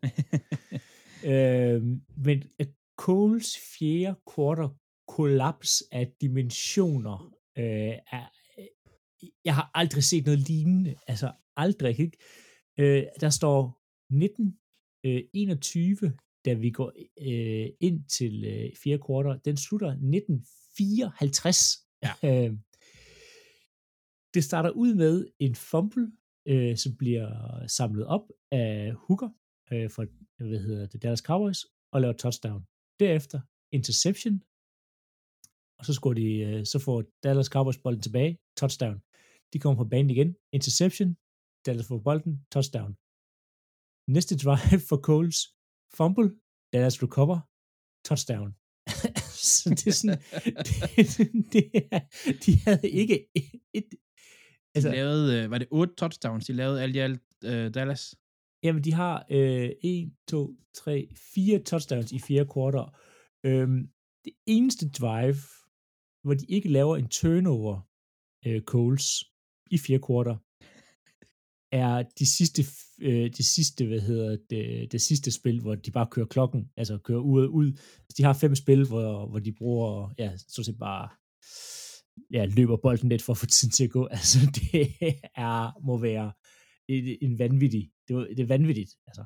øhm, men Colts fjerde quarter kollaps af dimensioner øh, er, jeg har aldrig set noget lignende. Altså, aldrig. Ikke? Øh, der står nitten enogtyve, da vi går øh, ind til øh, fjerde quarter. Den slutter nitten fireoghalvtreds. Ja. Øh, det starter ud med en fumble, øh, som bliver samlet op af Hooker øh, for, hvad hedder det, Dallas Cowboys, og laver touchdown. Derefter interception, og så, de, øh, så får Dallas Cowboys bolden tilbage, touchdown. De kommer på banen igen, interception, Dallas får bolden, touchdown. Næste drive for Colts, fumble, Dallas recover, touchdown. Så det er sådan, det, det er, de havde ikke et, et altså, de lavede, var det otte touchdowns, de lavede alt i alt uh, Dallas? Jamen, de har øh, en, to, tre, fire touchdowns i fjerde kvarter. Øhm, det eneste drive, hvor de ikke laver en turnover, øh, Colts, i fjerde kvarter, er de sidste, øh, de sidste, hvad hedder det, det sidste spil, hvor de bare kører klokken, altså kører ud og ud. De har fem spil, hvor, hvor de bruger, ja, så set bare, ja, løber bolden lidt for at få tiden til at gå. Altså, det er, må være en, en vanvittig, det, var, det er vanvittigt, altså.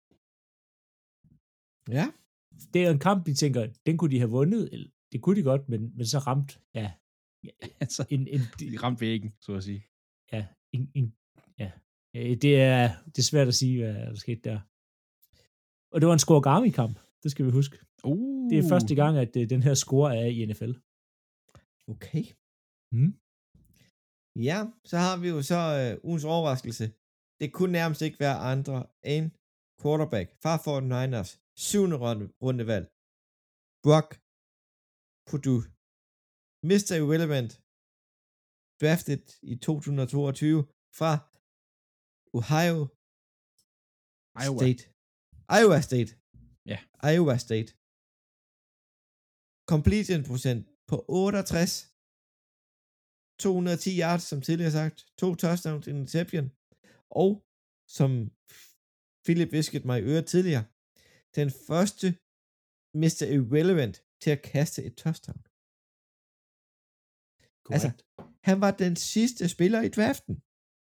Ja. Det er en kamp, de tænker, den kunne de have vundet, eller det kunne de godt, men, men så ramt, ja. Altså, en, en, de ramte væggen, så at sige. Ja, en, en, ja. Det er, det er svært at sige, hvad der skete der. Og det var en score-Garmin-kamp, det skal vi huske. Uh. Det er første gang, at uh, den her score er i N F L. Okay. Mm. Ja, så har vi jo så uh, ugens overraskelse. Det kunne nærmest ikke være andre end quarterback fra forty-niners, syvende runde, rundevalg. Brock Purdue. mister Irrelevant. Drafted i to tusind og toogtyve fra Ohio Iowa. State. Iowa State. Ja. Iowa State. Completion procent på otteogtres. to hundrede og ti yards, som tidligere sagt. To touchdowns, en interception. Og, som Philip viskede mig i øret tidligere, den første mister Irrelevant til at kaste et touchdown. Correct. Altså, han var den sidste spiller i draften.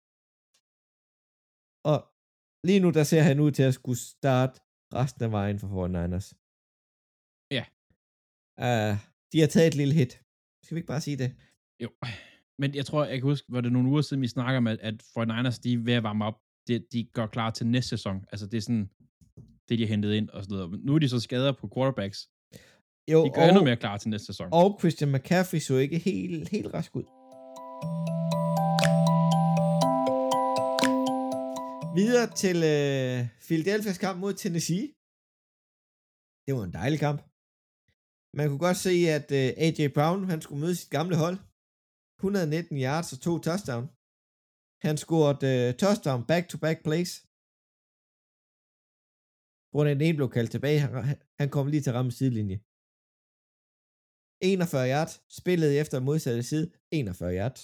Og lige nu, der ser han ud til at skulle starte resten af vejen for forty-niners. Ja. Uh, de har taget et lille hit. Skal vi ikke bare sige det? Jo. Men jeg tror, jeg kan huske, var det nogle uger siden, vi snakker med, at forty-niners, de er ved at varme op. De, de går klar til næste sæson. Altså, det er sådan, det de har hentet ind og sådan noget. Nu er de så skader på quarterbacks. Jo, de gør og, endnu mere klar til næste sæson. Og Christian McCaffrey så ikke helt, helt rask ud. Videre til øh, Philadelphia's kamp mod Tennessee. Det var en dejlig kamp. Man kunne godt se, at øh, A J Brown, han skulle møde sit gamle hold. et hundrede og nitten yards og to touchdown. Han scorede øh, touchdown back-to-back plays. Hvor den ene blev kaldt tilbage. Han, han kom lige til at ramme sidelinje. enogfyrre yards. Spillede efter modsatte side. enogfyrre yards.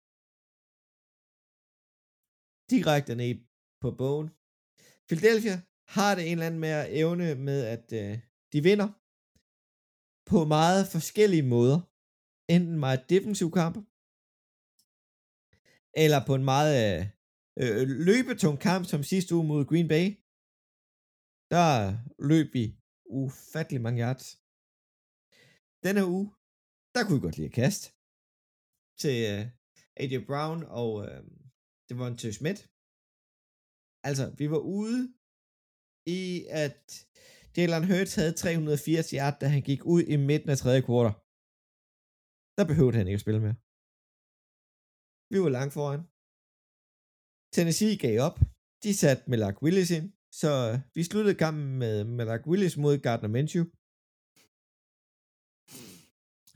Direkte ned på bogen. Philadelphia har det en eller anden med at evne med, at øh, de vinder på meget forskellige måder. Enten meget defensiv kamp, eller på en meget øh, løbetung kamp, som sidste uge mod Green Bay. Der løb vi ufattelig mange yards. Denne uge, der kunne vi godt lide at kaste til øh, A J Brown og øh, Devontae Smith. Altså, vi var ude i, at Jalen Hurts havde tre hundrede og firs yards, da han gik ud i midten af tredje kvartal. Der behøvede han ikke at spille mere. Vi var langt foran. Tennessee gav op. De satte Malak Willis ind, så vi sluttede kampen med Malak Willis mod Gardner Minshew.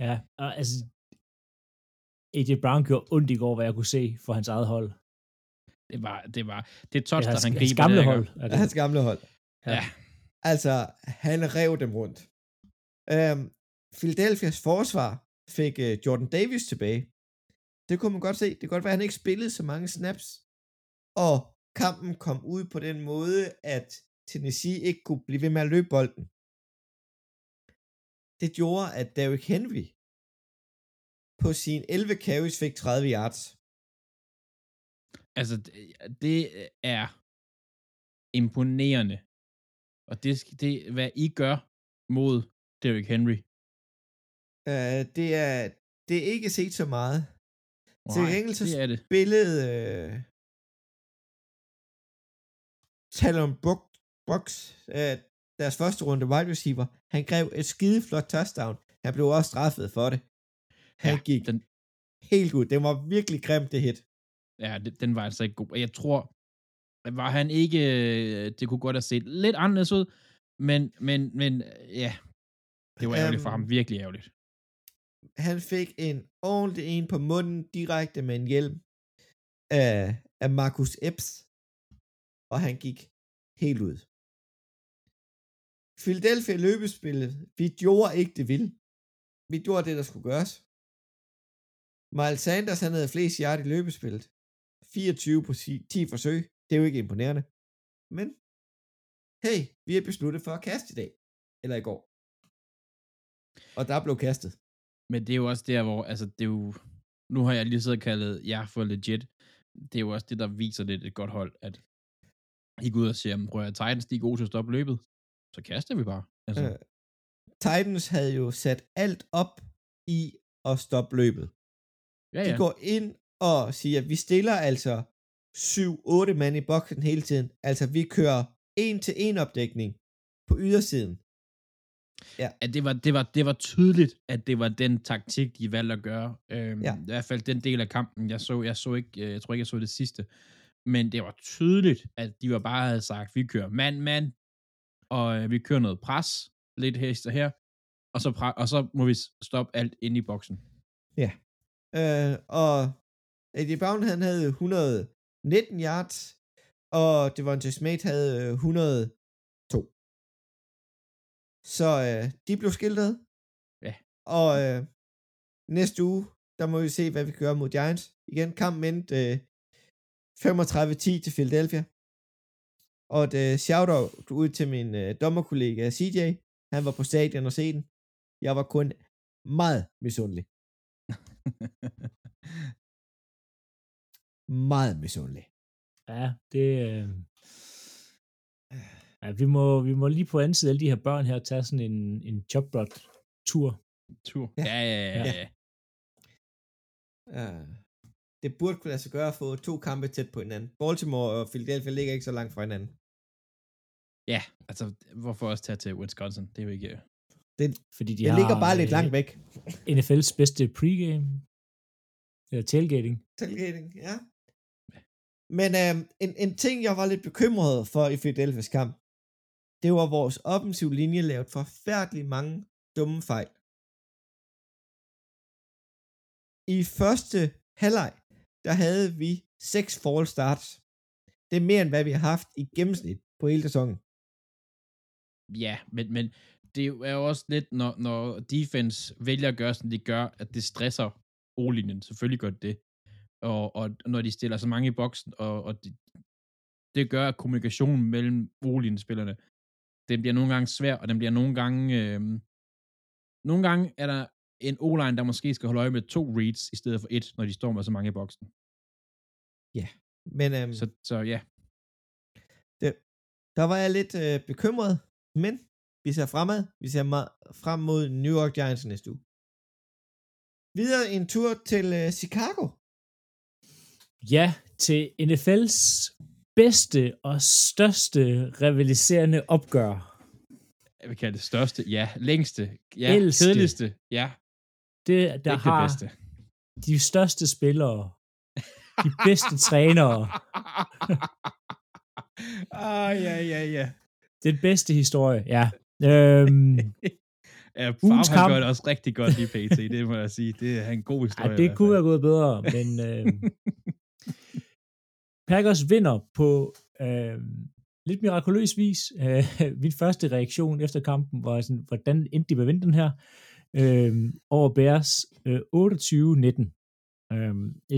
Ja, og altså, A J Brown gjorde ondt i går, hvad jeg kunne se for hans eget hold. Det var, det var, det touch, Ja, der han hans griber. gamle der, hold. Det er hans gamle hold. Ja. ja. Altså, han rev dem rundt. Øhm, Philadelphias forsvar fik uh, Jordan Davis tilbage. Det kunne man godt se. Det kan godt være, at han ikke spillede så mange snaps. Og kampen kom ud på den måde, at Tennessee ikke kunne blive ved med at løbe bolden. Det gjorde, at Derrick Henry på sine elleve carries fik tredive yards. Altså, det, det er imponerende. Og det, det hvad I gør mod Derrick Henry. Uh, det er det er ikke set så meget. Nej, Til gengæld så det er det. spillede uh, Talon Brooks, uh, deres første runde wide receiver, han greb et skide flot touchdown. Han blev også straffet for det. Han Ja, gik den, helt ud. Det var virkelig grimt, det hit. ja, det, den var altså ikke god. Jeg tror, var han ikke, det kunne godt have set lidt anderledes ud, men, men, men ja, det var ærgerligt um, for ham. Virkelig ærgerligt. Han fik en ordentlig en på munden, direkte med en hjelm af, af Marcus Epps, og han gik helt ud. Philadelphia løbespillet, vi gjorde ikke det vilde. Vi gjorde det, der skulle gøres. Miles Sanders, han havde flest yard i løbespillet. fireogtyve på ti forsøg. Det er jo ikke imponerende. Men, hey, vi er besluttet for at kaste i dag. Eller i går. Og der blev kastet. Men det er jo også der, hvor, altså, det er jo, nu har jeg lige siddet og kaldet jer for legit. Det er jo også det, der viser lidt et godt hold, at I går ud og siger, prøv at Titans, de er gode til at stoppe løbet. Så kaster vi bare. Altså. Øh, Titans havde jo sat alt op i at stoppe løbet. Ja, ja. De går ind og siger, at vi stiller altså syv otte mand i boksen hele tiden. Altså, vi kører en til en opdækning på ydersiden. Ja. Ja, det var, det var, det var tydeligt, at det var den taktik, de valgte at gøre. Øhm, ja. I hvert fald den del af kampen. Jeg så, jeg så ikke, jeg tror ikke, jeg så det sidste. Men det var tydeligt, at de var bare havde sagt, vi kører mand, mand, og øh, vi kører noget pres, lidt hæster her, og så, pra- og så må vi stoppe alt inde i boksen. Ja. Øh, og A J Brown, han havde et hundrede og nitten yards, og Devontae Smith havde et hundrede og to. Så øh, de blev skiltet. Ja. Og øh, næste uge, der må vi se, hvad vi gør mod Giants. Igen, kampen endte øh, femogtredive ti til Philadelphia. Og et øh, shout-out ud til min øh, dommerkollega C J. Han var på stadion og se den. Jeg var kun meget misundelig. meget misundelig. Ja, det... Øh... Ja, vi må, vi må lige på anden side af alle de her børn her tage sådan en, en jobrot-tur. Tur? Ja, ja, ja. ja. ja. Uh, det burde kunne lade sig gøre at få to kampe tæt på hinanden. Baltimore og Philadelphia ligger ikke så langt fra hinanden. Ja, altså, hvorfor også tage til Wisconsin? Det er jo ikke... Det, Fordi de det har, ligger bare lidt langt væk. N F L's bedste pregame. Eller tailgating. Tailgating, ja. Men øh, en, en ting, jeg var lidt bekymret for i Philadelphia's kamp, det var vores offensiv linje lavet forfærdeligt mange dumme fejl. I første halvleg, der havde vi seks false starts. Det er mere end hvad vi har haft i gennemsnit på hele sæsonen. Ja, men, men det er jo også lidt, når, når defense vælger at gøre, som de gør, at det stresser O-linjen. Selvfølgelig gør det det. Og, og når de stiller så mange i boksen, og, og det, det gør, at kommunikationen mellem O-linjespillerne, den bliver nogle gange svær, og den bliver nogle gange... Øh, nogle gange er der en O-line, der måske skal holde øje med to reads, i stedet for et, når de står med så mange i boksen. Ja, men... Øhm, så, så ja. Det, der var jeg lidt øh, bekymret, men vi ser fremad. Vi ser meget frem mod New York Giants næste uge. Videre en tur til øh, Chicago. Ja, til N F L's bedste og største rivaliserende opgør. Jeg vil kalde det største, ja. Længste, ja. Ældste. Kedeligste, ja. Det, der Ikke har det bedste. De største spillere. De bedste trænere. Ah, ja, ja, ja. Den bedste historie, ja. Øhm, Ja, Ugens Favre, han kamp. gør det også rigtig godt lige P T, det må jeg sige. Det er en god historie. Ja, det kunne være gået bedre, men øh, Packers vinder på øh, lidt mirakuløs vis. Øh, min første reaktion efter kampen var sådan, hvordan endte de med at vinde den her? Øh, over Bears øh, otteogtyve nitten. Øh,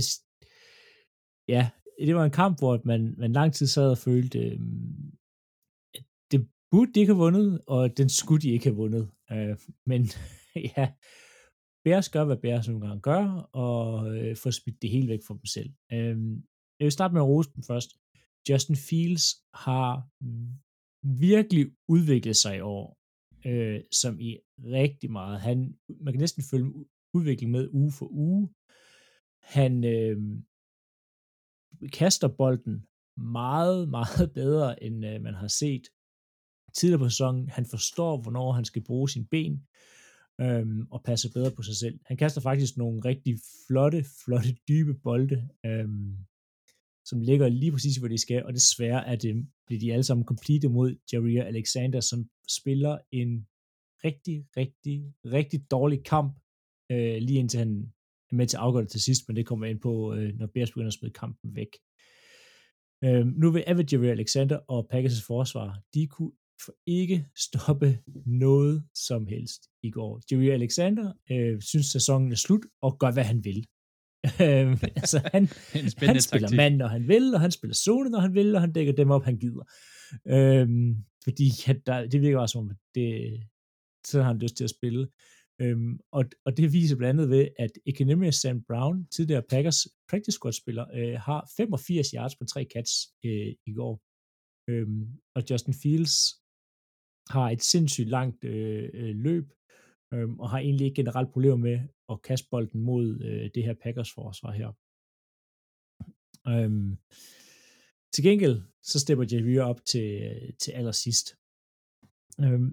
ja, det var en kamp, hvor man, man lang tid sad og følte, øh, det burde de ikke have vundet, og den skulle de ikke have vundet. Øh, men ja, Bears gør, hvad Bears nogle gange gør, og øh, får smidt det hele væk fra dem selv. Øh, jeg vil starte med at rose dem først. Justin Fields har virkelig udviklet sig i år, øh, som i rigtig meget. Han, man kan næsten følge udvikling med uge for uge. Han øh, kaster bolden meget, meget bedre, end øh, man har set tidligere på sæsonen. Han forstår, hvornår han skal bruge sine ben, øh, og passer bedre på sig selv. Han kaster faktisk nogle rigtig flotte, flotte, dybe bolde, øh, som ligger lige præcis, hvor de skal, og desværre er det, bliver de alle sammen complete mod Jaire Alexander, som spiller en rigtig, rigtig, rigtig dårlig kamp, øh, lige indtil han er med til at afgøre det til sidst, men det kommer ind på, øh, når Bears begynder at smide kampen væk. Øh, nu vil Avid Jaire Alexander og Packers' forsvar, de kunne ikke stoppe noget som helst i går. Jaire Alexander øh, synes, sæsonen er slut, og gør, hvad han vil. Øhm, altså han, han spiller taktik. Mand, når han vil, og han spiller zone, når han vil, og han dækker dem op, han gider. Øhm, fordi han, der, det virker bare som om, det, så har han lyst til at spille. Øhm, og, og det viser blandt andet ved, at Ekenemi Sam Brown, tidligere Packers practice squad-spiller, øh, har femogfirs yards på tre catch øh, i går. Øhm, og Justin Fields har et sindssygt langt øh, øh, løb, øhm, og har egentlig ikke generelt problemer med at kaste bolden mod øh, det her Packers forsvar her. Øhm, til gengæld, så stepper Jaire op til, til allersidst. Øhm,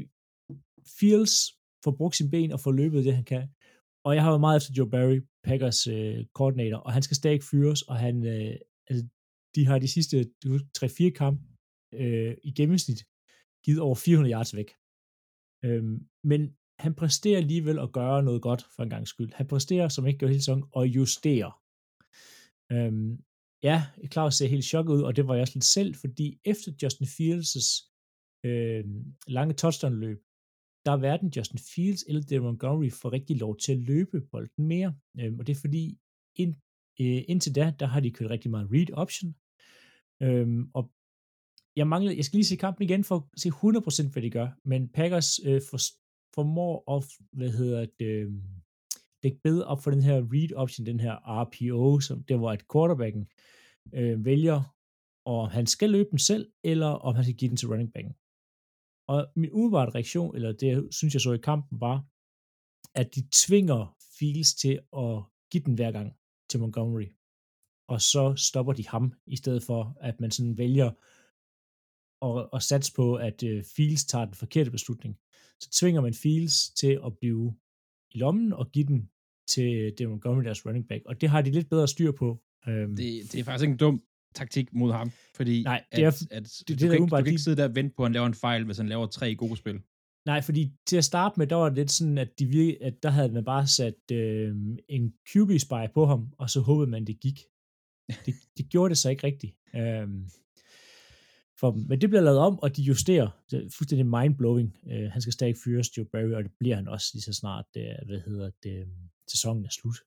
Fields får brugt sin ben og får løbet det, han kan. Og jeg har været meget efter Joe Barry, Packers øh, koordinator, og han skal stadig fyres, og han, øh, altså, de har de sidste tre fire kampe øh, i gennemsnit givet over fire hundrede yards væk. Øhm, men han præsterer alligevel at gøre noget godt for en gang skyld. Han præsterer, som ikke gør hele sæsonen, og justerer. Øhm, ja, Claus ser helt chokket ud, og det var jeg også lidt selv, fordi efter Justin Fields' øh, lange touchdown-løb, der er hverken Justin Fields eller David Montgomery får rigtig lov til at løbe bolden mere. Øhm, og det er fordi, ind, øh, indtil da, der har de kørt rigtig meget read option. Øhm, og jeg mangler, jeg skal lige se kampen igen for at se hundrede procent, hvad de gør, men Packers øh, for, formår at, hvad hedder det, øh, lægge bedre op for den her read option, den her R P O, som det var et quarterbacken øh, vælger, og han skal løbe den selv, eller om han skal give den til running backen. Og min umiddelbare reaktion, eller det synes jeg så i kampen, var, at de tvinger Fields til at give den hver gang til Montgomery, og så stopper de ham, i stedet for at man sådan vælger og, og satse på, at øh, Fields tager den forkerte beslutning. Så tvinger man Fields til at blive i lommen og give den til David Montgomery, deres running back. Og det har de lidt bedre styr på. Øhm. Det, det er faktisk ikke en dum taktik mod ham, fordi Nej, det er, at, at det, du, det, kan, det ikke, du kan ikke sidde der og vente på, at han laver en fejl, hvis han laver tre gode spil. Nej, fordi til at starte med, der var det lidt sådan, at, de virke, at der havde man bare sat øh, en Q B-spy på ham, og så håbede man, det gik. Det, det gjorde det så ikke rigtigt. Øhm. For dem. Men det bliver lavet om, og de justerer. Det er fuldstændig mind-blowing. Uh, han skal stadig fyres, Joe Barry, og det bliver han også lige så snart, uh, hvad hedder det, sæsonen er slut.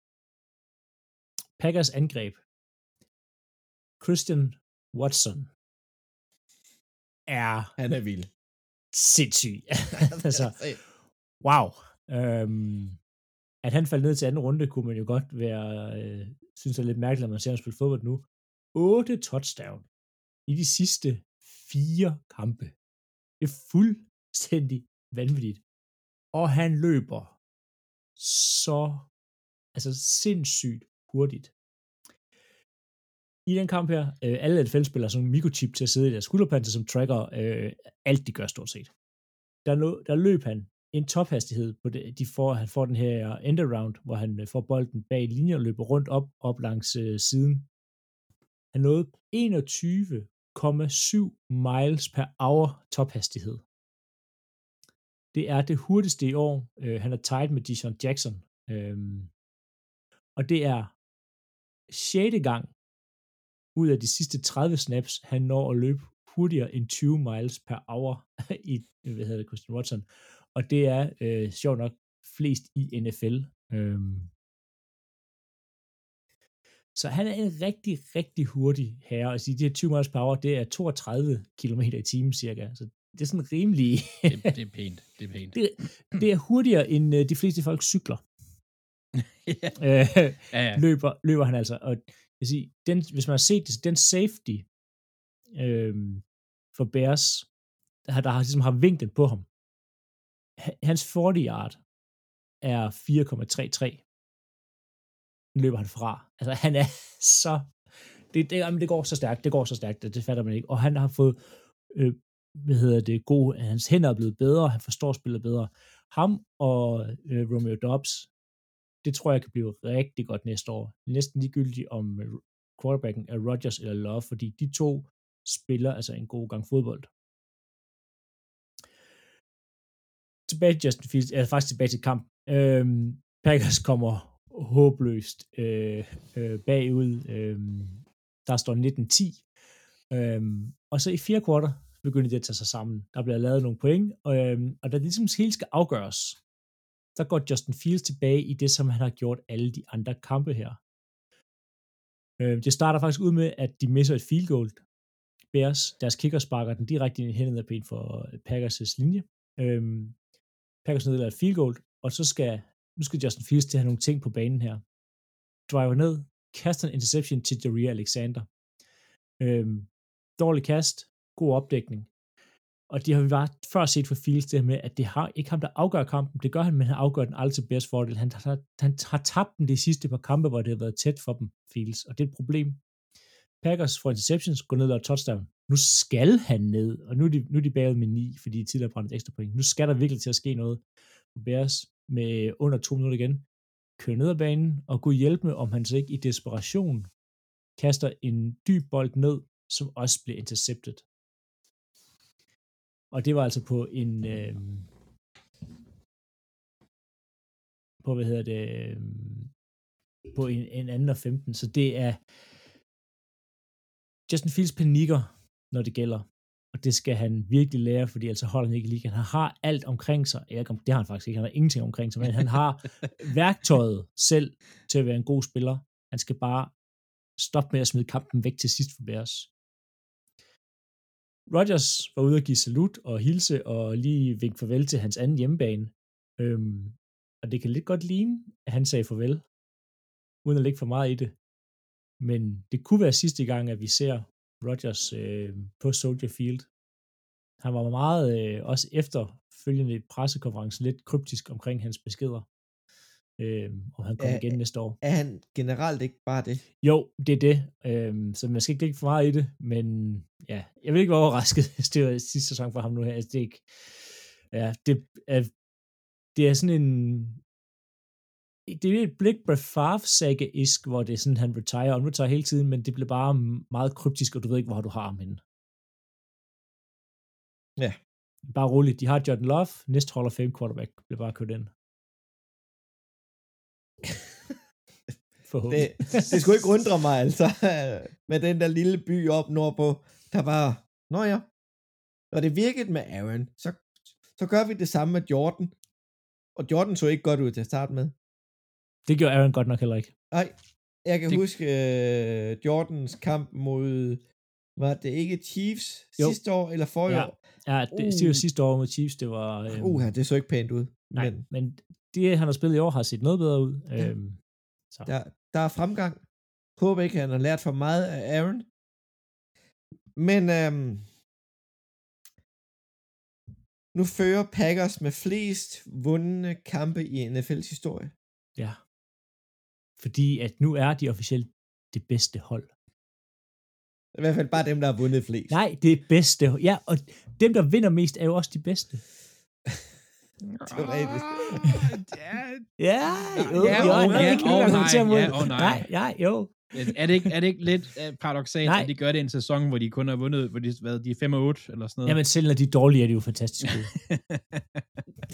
Packers angreb. Christian Watson er... Han er vild. Sindssyg. altså, wow. Um, at han faldt ned til anden runde, kunne man jo godt være, uh, synes jeg er lidt mærkeligt, at man ser ham spille fodbold nu. otte touchdown i de sidste fire kampe. Det er fuldstændig vanvittigt. Og han løber så altså sindssygt hurtigt. I den kamp her, øh, alle N F L-spillere sådan en mikrochip til at sidde i deres skulderpanser, som tracker øh, alt, de gør stort set. Der, løb, der løb han en tophastighed på det. De får, han får den her end around, hvor han får bolden bag linjer og løber rundt op, op langs øh, siden. Han nåede enogtyve komma syv miles per hour tophastighed. Det er det hurtigste i år. Øh, han er tied med Deshaun Jackson. Øhm, og det er sjette gang ud af de sidste tredive snaps, han når at løbe hurtigere end tyve miles per hour i, hvad hedder det, Christian Watson. Og det er øh, sjovt nok flest i N F L. Øhm. Så han er en rigtig, rigtig hurtig herre. Altså de her tyve miles per hour, det er toogtredive kilometer i timen cirka. Så det er sådan rimelig... det, det er pænt. Det er pænt. det, det er hurtigere end øh, de fleste folk cykler. ja. Øh, ja, ja. Løber, løber han altså. Og jeg siger, den, hvis man har set det, den safety øh, for Bears, der, der har, ligesom har vinklen på ham, hans fyrre yard er fire komma tredive tre. Den løber han fra. Altså, han er så... Det, det, jamen, det går så stærkt, det går så stærkt, det, det fatter man ikke. Og han har fået, øh, hvad hedder det, god... Hans hænder er blevet bedre, han forstår spillet bedre. Ham og øh, Romeo Doubs, det tror jeg kan blive rigtig godt næste år. Næsten ligegyldigt om quarterbacken er Rodgers eller Love, fordi de to spiller altså en god gang fodbold. Tilbage til Justin Fields, eller faktisk tilbage til kamp. Øhm, Packers kommer håbløst øh, øh, bagud. Øhm, der står nitten ti. Øhm, og så i fire kvarter begynder det at tage sig sammen. Der bliver lavet nogle point, og, øhm, og da det ligesom hele skal afgøres, der går Justin Fields tilbage i det, som han har gjort alle de andre kampe her. Øhm, det starter faktisk ud med, at de misser et field goal. Bears, deres kicker sparker den direkte ind i hænderne på en for Packers' linje. Øhm, Packers nedlader et field goal, og så skal, nu skal Justin Fields til at have nogle ting på banen her. Driver ned, kaster en interception til Jaire Alexander. Øhm, dårlig kast, god opdækning. Og de har vi bare før set for Fields det her med, at det har ikke ham, der afgør kampen. Det gør han, men han afgør den aldrig til Bears fordel. Han, han, han har tabt den de sidste par kampe, hvor det har været tæt for dem, Fields. Og det er et problem. Packers får interceptions, går ned og touchdown. Nu skal han ned, og nu er de, nu er de bagud med ni, fordi de tidligere brændt ekstra point. Nu skal der virkelig til at ske noget. Bears med under to minutter igen, kører ned ad banen, og kunne hjælpe med, om han så ikke i desperation kaster en dyb bold ned, som også bliver intercepted. Og det var altså på en øh, på, hvad hedder det, øh, på en, en anden og femten, så det er Justin Fields panikker, når det gælder. Og det skal han virkelig lære, fordi altså holder han ikke i ligaen. Han har alt omkring sig. Det har han faktisk ikke. Han har ingenting omkring sig, men han har værktøjet selv til at være en god spiller. Han skal bare stoppe med at smide kampen væk til sidst for Bears. Rodgers var ude at give salut og hilse og lige vinke farvel til hans anden hjemmebane. Øhm, og det kan lidt godt ligne, at han sagde farvel, uden at lægge for meget i det. Men det kunne være sidste gang, at vi ser Rodgers øh, på Soldier Field. Han var meget, øh, også efterfølgende i pressekonferencen, lidt kryptisk omkring hans beskeder. Øh, om han kommer igen næste år. Er han generelt ikke bare det? Jo, det er det. Øh, så man skal ikke lægge for meget i det, men ja, jeg vil ikke være overrasket, hvis det var sidste sæson for ham nu her. Altså, det er ikke, ja, det er, det er sådan en, det er et blik Brett Favre-saga-isk, hvor det er sådan, han retire, og han retire hele tiden, men det bliver bare meget kryptisk, og du ved ikke, hvor du har ham henne. Ja. Bare roligt. De har Jordan Love, næste Hall of Fame quarterback, bliver bare kørt ind. det, det skulle ikke undre mig, altså, med den der lille by op nordpå, der var, nå ja, når det virkede med Aaron, så, så gør vi det samme med Jordan, og Jordan så ikke godt ud til at starte med. Det gjorde Aaron godt nok heller ikke. Nej, jeg kan det... huske uh, Jordans kamp mod, var det ikke Chiefs jo. sidste år, eller forrige ja. år? Ja, det, uh. det var sidste år mod Chiefs, det var... Øhm... Uh, det så ikke pænt ud. Nej, men, men det, han har spillet i år, har set noget bedre ud. Ja. Øhm, så. Der, der er fremgang. Håber ikke, han har lært for meget af Aaron. Men øhm, nu fører Packers med flest vundne kampe i N F L's historie. Ja. Fordi at nu er de officielt det bedste hold. I hvert fald bare dem, der har vundet flest. Nej, det er bedste. Ja, og dem, der vinder mest, er jo også de bedste. Teoretisk. Ja, jo, ja, jo, oh, nej, ja, det kan oh, ikke nej, komme ja, oh, nej. nej, nej, jo. Er det ikke, er det ikke lidt uh, paradoksalt, nej. at de gør det i en sæson, hvor de kun har vundet, hvor de, hvad, de er fem og otte, eller sådan noget? Jamen, selv når de er dårlige, er de jo fantastisk gode.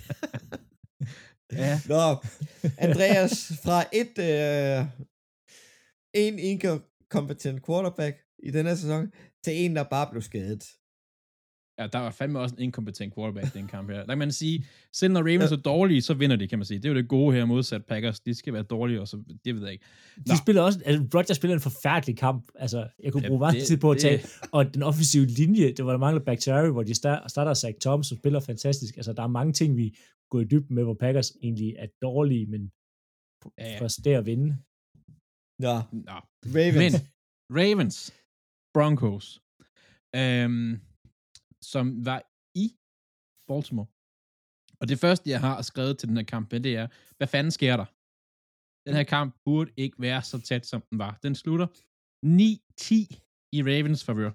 Ja. Nå, Andreas, fra et øh, en inkompetent quarterback i denne sæson, til en, der bare blev skadet. Ja, der var fandme også en inkompetent quarterback i den kamp her. Der kan man sige, selv når Ravens er dårlige, så vinder de, kan man sige. Det er jo det gode her modsat Packers. De skal være dårlige, og så, det ved jeg ikke. Nå. De spiller også, altså Rodgers spiller en forfærdelig kamp. Altså, jeg kunne bruge ja, meget tid på at tage, det... og den offensive linje, det var der mangler Bakhtiari, hvor de starter Zach Tom, som spiller fantastisk. Altså, der er mange ting, vi går i dybden med, hvor Packers egentlig er dårlige, men ja, ja. først der at vinde. Nå, Nå. Ravens. Men, Ravens, Broncos, øhm, som var i Baltimore. Og det første, jeg har skrevet til den her kamp, det er, hvad fanden sker der? Den her kamp burde ikke være så tæt, som den var. Den slutter ni ti i Ravens favør.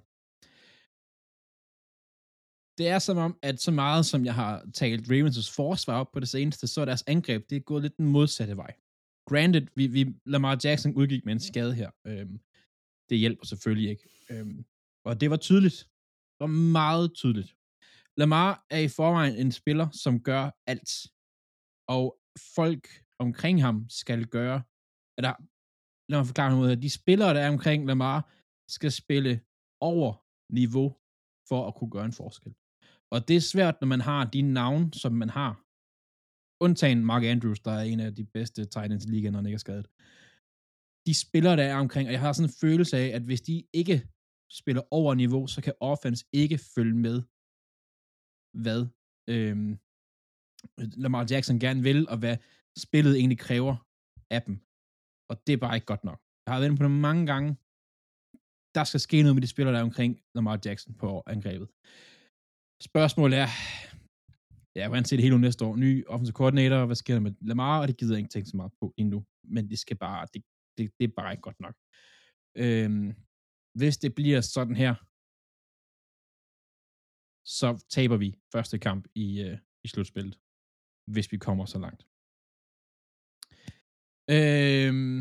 Det er som om, at så meget, som jeg har talt Ravens' forsvar op på det seneste, så er deres angreb, det er gået lidt den modsatte vej. Granted, vi, vi Lamar Jackson udgik med en skade her. Øhm, det hjælper selvfølgelig ikke. Øhm, og det var tydeligt. Det var meget tydeligt. Lamar er i forvejen en spiller, som gør alt. Og folk omkring ham skal gøre, eller lad mig forklare noget af, de spillere, der er omkring Lamar, skal spille over niveau for at kunne gøre en forskel. Og det er svært, når man har de navne, som man har. Undtagen Mark Andrews, der er en af de bedste tight ends i ligaen, når han ikke er skadet. De spillere, der er omkring, og jeg har sådan en følelse af, at hvis de ikke spiller over niveau, så kan offense ikke følge med, hvad øhm, Lamar Jackson gerne vil, og hvad spillet egentlig kræver af dem. Og det er bare ikke godt nok. Jeg har været på det mange gange. Der skal ske noget med de spillere, der er omkring Lamar Jackson på angrebet. Spørgsmålet er, ja, hvordan ser det hele næste år? Ny offensive coordinator, hvad sker der med Lamar? Og det gider jeg ikke tænke så meget på endnu. Men det skal bare, det, det, det er bare ikke godt nok. Øhm, hvis det bliver sådan her, så taber vi første kamp i, øh, i slutspillet, hvis vi kommer så langt. Øhm,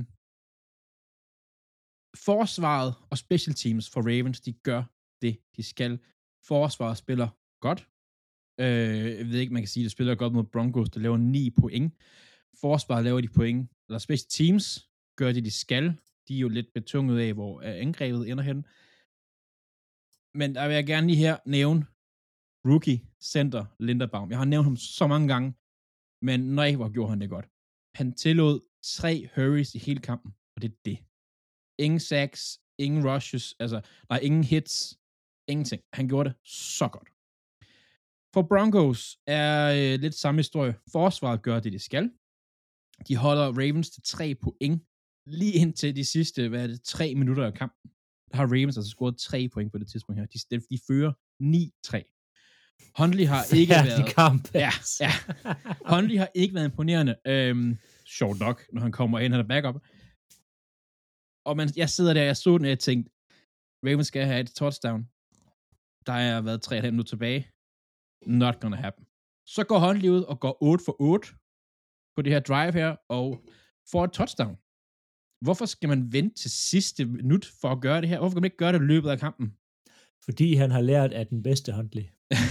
forsvaret og special teams for Ravens, de gør det, de skal. Forsvaret spiller godt. Øh, jeg ved ikke, man kan sige, at det spiller godt mod Broncos, der laver ni point. Forsvaret laver de point, eller special teams gør det, de skal. De er jo lidt betunget af, hvor angrebet ender hen. Men der vil jeg gerne lige her nævne rookie center Linderbaum. Jeg har nævnt ham så mange gange, men nej, hvor gjorde han det godt. Han tillod tre hurries i hele kampen, og det er det. Ingen sacks, ingen rushes, altså, nej, ingen hits, ingenting. Han gjorde det så godt. For Broncos er øh, lidt samme historie. Forsvaret gør det, de skal. De holder Ravens til tre point, lige indtil de sidste, hvad er det, tre minutter af kampen. Der har Ravens altså scoret tre point på det tidspunkt her. De, de fører ni tre. Hundley har ikke været... kamp. Ja, ja. Hundley har ikke været imponerende. Øhm, sjovt nok, når han kommer ind, han er backup. Og man, jeg sidder der, jeg så den, og jeg tænkte, Ravens skal have et touchdown. Der har været tre og et halvt minutter tilbage. Not gonna happen. Så går Hundley ud og går otte for otte på det her drive her, og får et touchdown. Hvorfor skal man vente til sidste minut for at gøre det her? Hvorfor kan man ikke gøre det i løbet af kampen? Fordi han har lært af den bedste Hundley.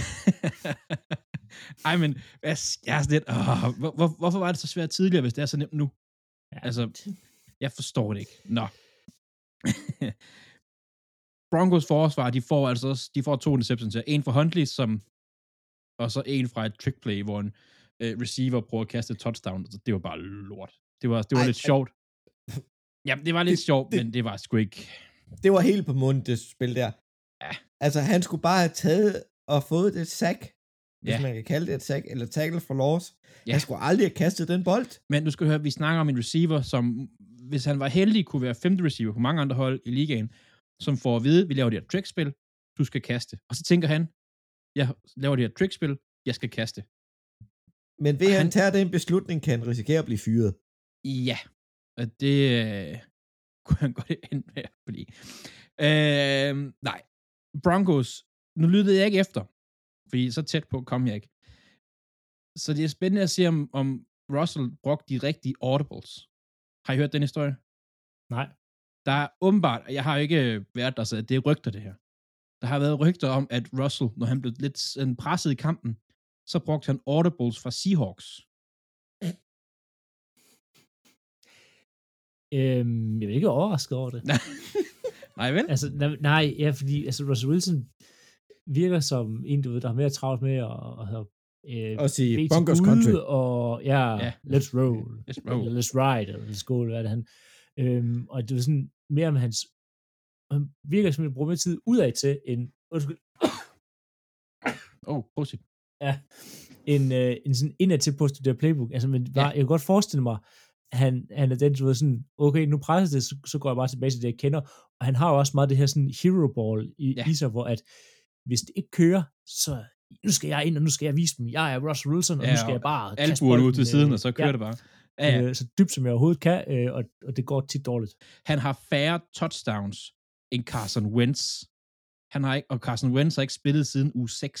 Ej, men jeg er sådan lidt, åh, hvor, hvor, hvorfor var det så svært tidligere, hvis det er så nemt nu? Ja. Altså, jeg forstår det ikke. Nå. Broncos forsvar, de får altså også, de får to interceptions her. En for Hundley, som, og så en fra et trick play, hvor en uh, receiver prøver at kaste et touchdown. Altså, det var bare lort. Det var, det var ej, lidt ej. sjovt. Ja, det var lidt det, sjovt, det, men det var sgu ikke... Det var helt på munden, det spil der. Ja. Altså, han skulle bare have taget og fået et sack, hvis ja. man kan kalde det et sack, eller tackle for loss. Ja. Han skulle aldrig have kastet den bold. Men du skal høre, vi snakker om en receiver, som, hvis han var heldig, kunne være femte receiver på mange andre hold i ligaen, som får at vide, vi laver det her trickspil, du skal kaste. Og så tænker han, jeg laver det her trickspil, jeg skal kaste. Men ved han, han tager den beslutning, kan han risikere at blive fyret. Ja, og det øh, kunne han godt ende med at blive. Øh, nej, Broncos, nu lyttede jeg ikke efter, fordi så tæt på kom jeg ikke. Så det er spændende at se, om, om Russell brugte de rigtige audibles. Har I hørt den historie? Nej. Der er åbenbart, jeg har ikke været der, så det er rygter det her. Der har været rygter om, at Russell, når han blev lidt presset i kampen, så brugte han audibles fra Seahawks. Øhm, jeg er ikke overrasket over det. Nej, vel? Altså, na- nej, ja, fordi altså, Russell Wilson virker som en, du ved, der har mere travlt med at, at, at øh, Og sige bede til Broncos Gud, country. og ja, Ja. let's roll, Let's roll. eller let's ride, eller let's go, eller hvad er det han. Øhm, og det var sådan mere med hans, han virker som, at bruger mere tid udad til, end, undskyld, Åh, oh, prosit. ja, en, øh, en sådan indad til på at studere playbook. Altså, men bare, Ja. jeg kan godt forestille mig, han, han er den, du ved, sådan, okay, nu presser det, så, så går jeg bare tilbage til det, jeg kender. Og han har jo også meget det her sådan hero ball i, Ja. i sig, hvor at, hvis det ikke kører, så nu skal jeg ind, og nu skal jeg vise dem, jeg er Russell Wilson, og Ja, nu skal og jeg bare kaste Albuerne ud bolden, til siden, øh, og så kører ja, det bare. Ja, ja. øh, så dybt som jeg overhovedet kan, øh, og, og det går tit dårligt. Han har færre touchdowns end Carson Wentz. Han har ikke, og Carson Wentz har ikke spillet siden uge seks.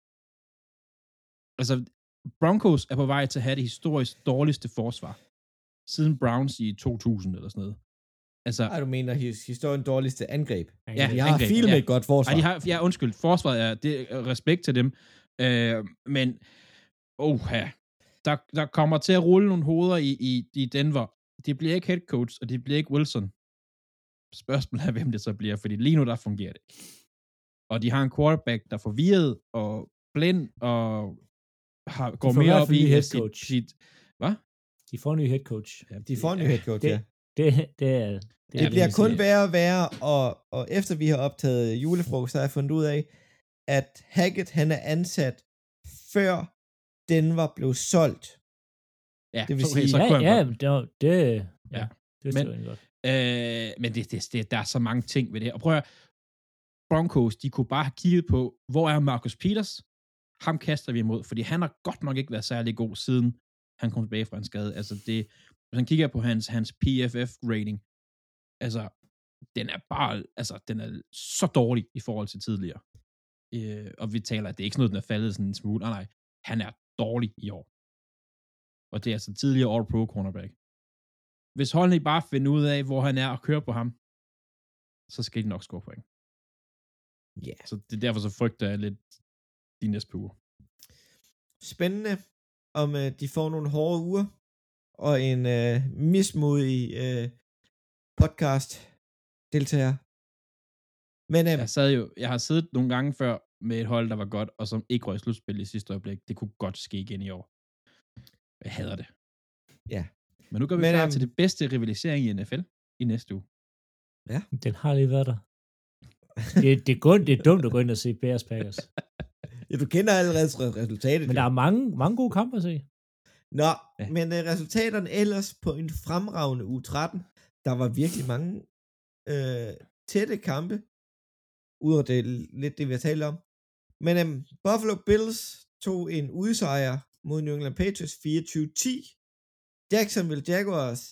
Altså, Broncos er på vej til at have det historisk dårligste forsvar. Siden Browns i to tusind eller sådan noget. Altså, Ej, du mener his- historien dårligste angreb. ja, De har angreb, fil med ja. et godt forsvar. Ej, de har, ja, undskyld, forsvaret er, det er respekt til dem. Øh, men, åh, ja. Der, der kommer til at rulle nogle hoveder i, i, i Denver. Det bliver ikke head coach, og det bliver ikke Wilson. Spørgsmålet er, hvem det så bliver, fordi lige nu, der fungerer det. Og de har en quarterback, der er forvirret og blind, og har, går får i mere hvert op fald i ny head sit, coach. sit... Hvad? De får en ny head coach. Ja, De får en ny head coach, Det, ja. det, det er... Det, Det er bliver det, kun jeg siger. værre og værre, og, og efter vi har optaget julefrokost, så har jeg fundet ud af, at Hackett, han er ansat før Denver blev solgt. Ja, Det vil okay, sige- så Ja, kunne ja, han men det, var- det, ja, Ja. det Men- men, godt. Øh, men det, det, det, der er så mange ting ved det her. Og prøv at høre, Broncos, de kunne bare have kigget på, hvor er Marcus Peters? Ham kaster vi imod, fordi han har godt nok ikke været særlig god, siden han kom tilbage fra en skade. Altså det, hvis man kigger på hans, hans P F F-rating, altså, den er bare, altså, den er så dårlig i forhold til tidligere. Øh, og vi taler, at det er ikke sådan noget, den er faldet sådan en smule. Nej, nej, han er dårlig i år. Og det er altså tidligere All-Pro cornerback. Hvis holdene ikke bare finder ud af, hvor han er og kører på ham, så skal de nok score point. Ja. Yeah. Så det er derfor, så frygter jeg lidt de næste par uger. Spændende, om uh, de får nogle hårde uger, og en uh, mismodig uh, podcast deltager. Men uh, Jeg sad jo, jeg har siddet nogle gange før med et hold, der var godt, og som ikke røg slutspil i sidste øjeblik. Det kunne godt ske igen i år. Jeg hader det. Ja. Men nu går vi Men, klar øhm, til det bedste rivalisering i N F L i næste uge. Den har lige været der. Det, det, er kun, det er dumt at gå ind og se Bears Packers. ja, du kender allerede re- resultatet. Men der er mange, mange gode kampe at se. Nå, Ja. ja. men uh, resultaterne ellers på en fremragende uge tretten, der var virkelig mange øh, tætte kampe, ud af det lidt det, vi har talt om. Men um, Buffalo Bills tog en udsejr mod New England Patriots fireogtyve ti. Jacksonville Jaguars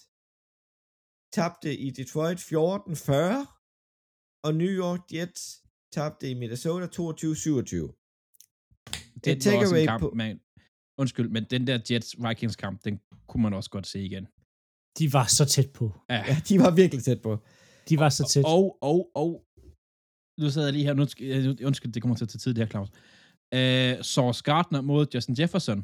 tabte i Detroit fjorten fyrre, og New York Jets tabte i Minnesota toogtyve syvogtyve. Det take var også away en kamp, på- man, undskyld, men den der Jets-Vikings kamp, den kunne man også godt se igen. De var så tæt på. Ja. Ja, de var virkelig tæt på. De var så tæt. Og, og, og, nu sidder jeg lige her, nu, skal- undskyld, det kommer til at tage tid, det her, Claus. Uh, Sauce Gardner mod Justin Jefferson.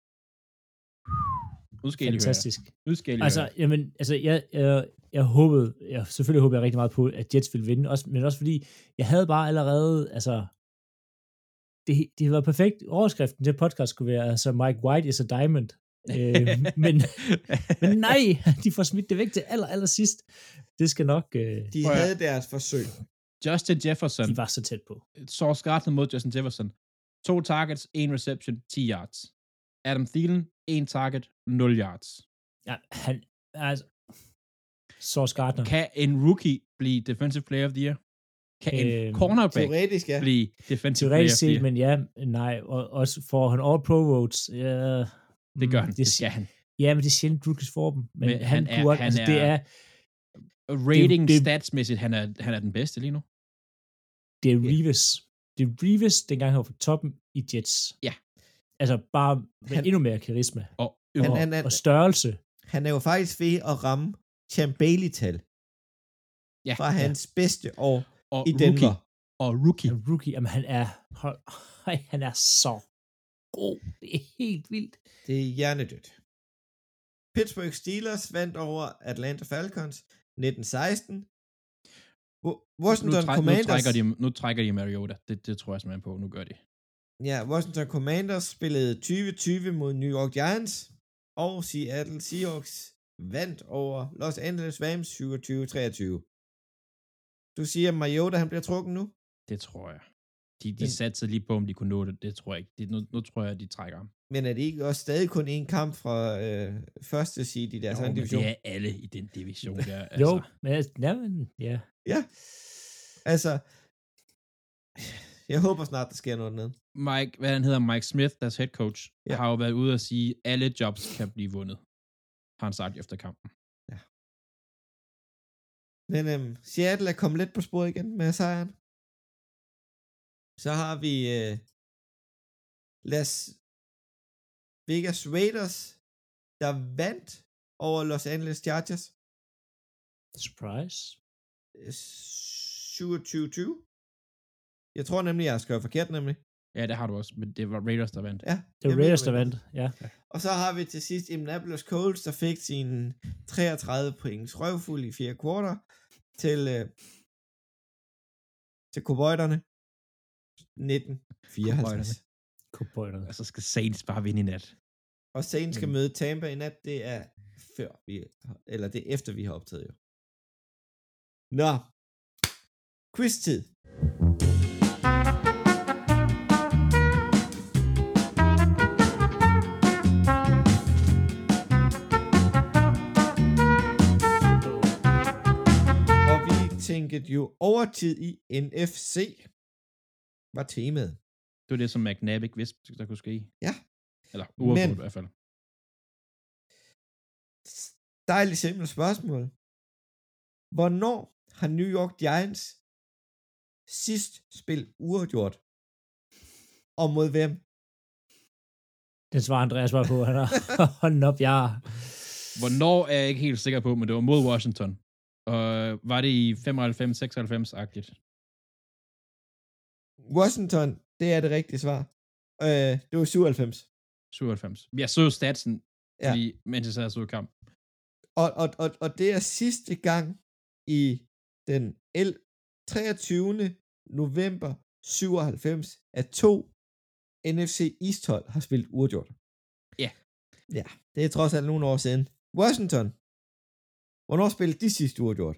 Nu skal I lige høre. Fantastisk. Nu skal I lige Altså, høre. jamen, altså, jeg, jeg, jeg håbede, jeg, selvfølgelig håbede jeg rigtig meget på, at Jets ville vinde, også, men også fordi, jeg havde bare allerede, altså, det, det havde været perfekt. Overskriften til podcast skulle være, altså, Mike White is a diamond. øh, men, men nej, de får smidt det væk til aller, aller sidst. Det skal nok, øh, De Prøv at- havde deres forsøg. Justin Jefferson, de var så tæt på. Sauce Gardner mod Justin Jefferson. To targets, en reception, ti yards. Adam Thielen, en target, nul yards. Ja, han, altså, Sauce Gardner. Kan en rookie blive Defensive Player of the Year? Kan en Øhm, cornerback Teoretisk, ja. blive Defensive Player Teoretisk of the set, Year? men ja, nej, og også får han all pro votes. Ja, Det gør mm, han, det skal han. Ja, men det er sjældent rookies for dem. Men, Men men han han, er- kunne, han altså, det er- er, Rating det- det- statsmæssigt, han er, han er den bedste lige nu. det er Reeves. Det er Reeves, dengang han var på toppen i Jets. Ja. Altså bare med Han- endnu mere karisma Og Han- og, han er- og størrelse. Han er jo faktisk ved at ramme Champ Bailey-tal ja, fra hans bedste år og i Denver. Rookie, og rookie. En rookie, jamen han er, hold, ej, han er så god. Det er helt vildt. Det er hjernedødt. Pittsburgh Steelers vandt over Atlanta Falcons nitten seksten. Washington nu, træ, Commanders... Nu trækker, de, nu trækker de Mariota. Det, det tror jeg simpelthen på. Nu gør de. Ja, Washington Commanders spillede tyve tyve mod New York Giants, og Seattle Seahawks vandt over Los Angeles Rams syvogtyve treogtyve. Du siger, at Mariota han bliver trukket nu? Det tror jeg. De, de satte lige på, om de kunne nå det. Det tror jeg ikke. Det, nu, nu tror jeg, at de trækker ham. Men er det ikke også stadig kun én kamp fra øh, første seed i deres jo, egen division? det er alle i den division der. Altså. Jo, men ja, men, ja. Ja, altså, jeg håber snart, der sker noget ned. Mike, hvad han hedder, Mike Smith, deres head coach, ja. har jo været ude og sige, at alle jobs kan blive vundet. Har han sagt efter kampen. Ja. Men øhm, Seattle er kommet lidt på sporet igen med sejren. Så har vi øh, Las Vegas Raiders, der vandt over Los Angeles Chargers. Surprise. syvogtyve tyve. Jeg tror nemlig, jeg har skrevet forkert nemlig. Ja, det har du også, men det var Raiders, der vandt. Ja, det var Raiders, der vandt, ja. Og så har vi til sidst Indianapolis Colts, der fik sin treogtredive points røvfuld i fire kvarter til, øh, til Cowboyderne. nitten fireoghalvtreds. Cowboyderne. Altså skal Saints bare vinde i nat. Og Saints skal mm. møde Tampa i nat, det er før vi, eller det er efter vi har optaget jo. Nå. Quiz-tid. Og vi tænkte jo overtid i N F C var temaet. Det var det, som McNabb vidste, der kunne ske. Ja. Eller uafgjort i hvert fald. Dejligt simpelt spørgsmål. Hvornår har New York Giants sidst spillet uafgjort? Og mod hvem? Den svarer Andreas bare på. Han har hånden op, ja. Hvornår er jeg ikke helt sikker på, men det var mod Washington. Og var det i femoghalvfems seksoghalvfems-agtigt? Washington, det er det rigtige svar. Øh, det var syvoghalvfems. syvoghalvfems. Jeg så statsen, ja. fordi mens jeg sad og så kamp. Og, og, og, og det er sidste gang i den treogtyvende november syvoghalvfems, at to N F C East-hold har spillet uafgjort. Ja. Ja, det er trods alt nogle år siden. Washington, hvornår spillede de sidste uafgjort?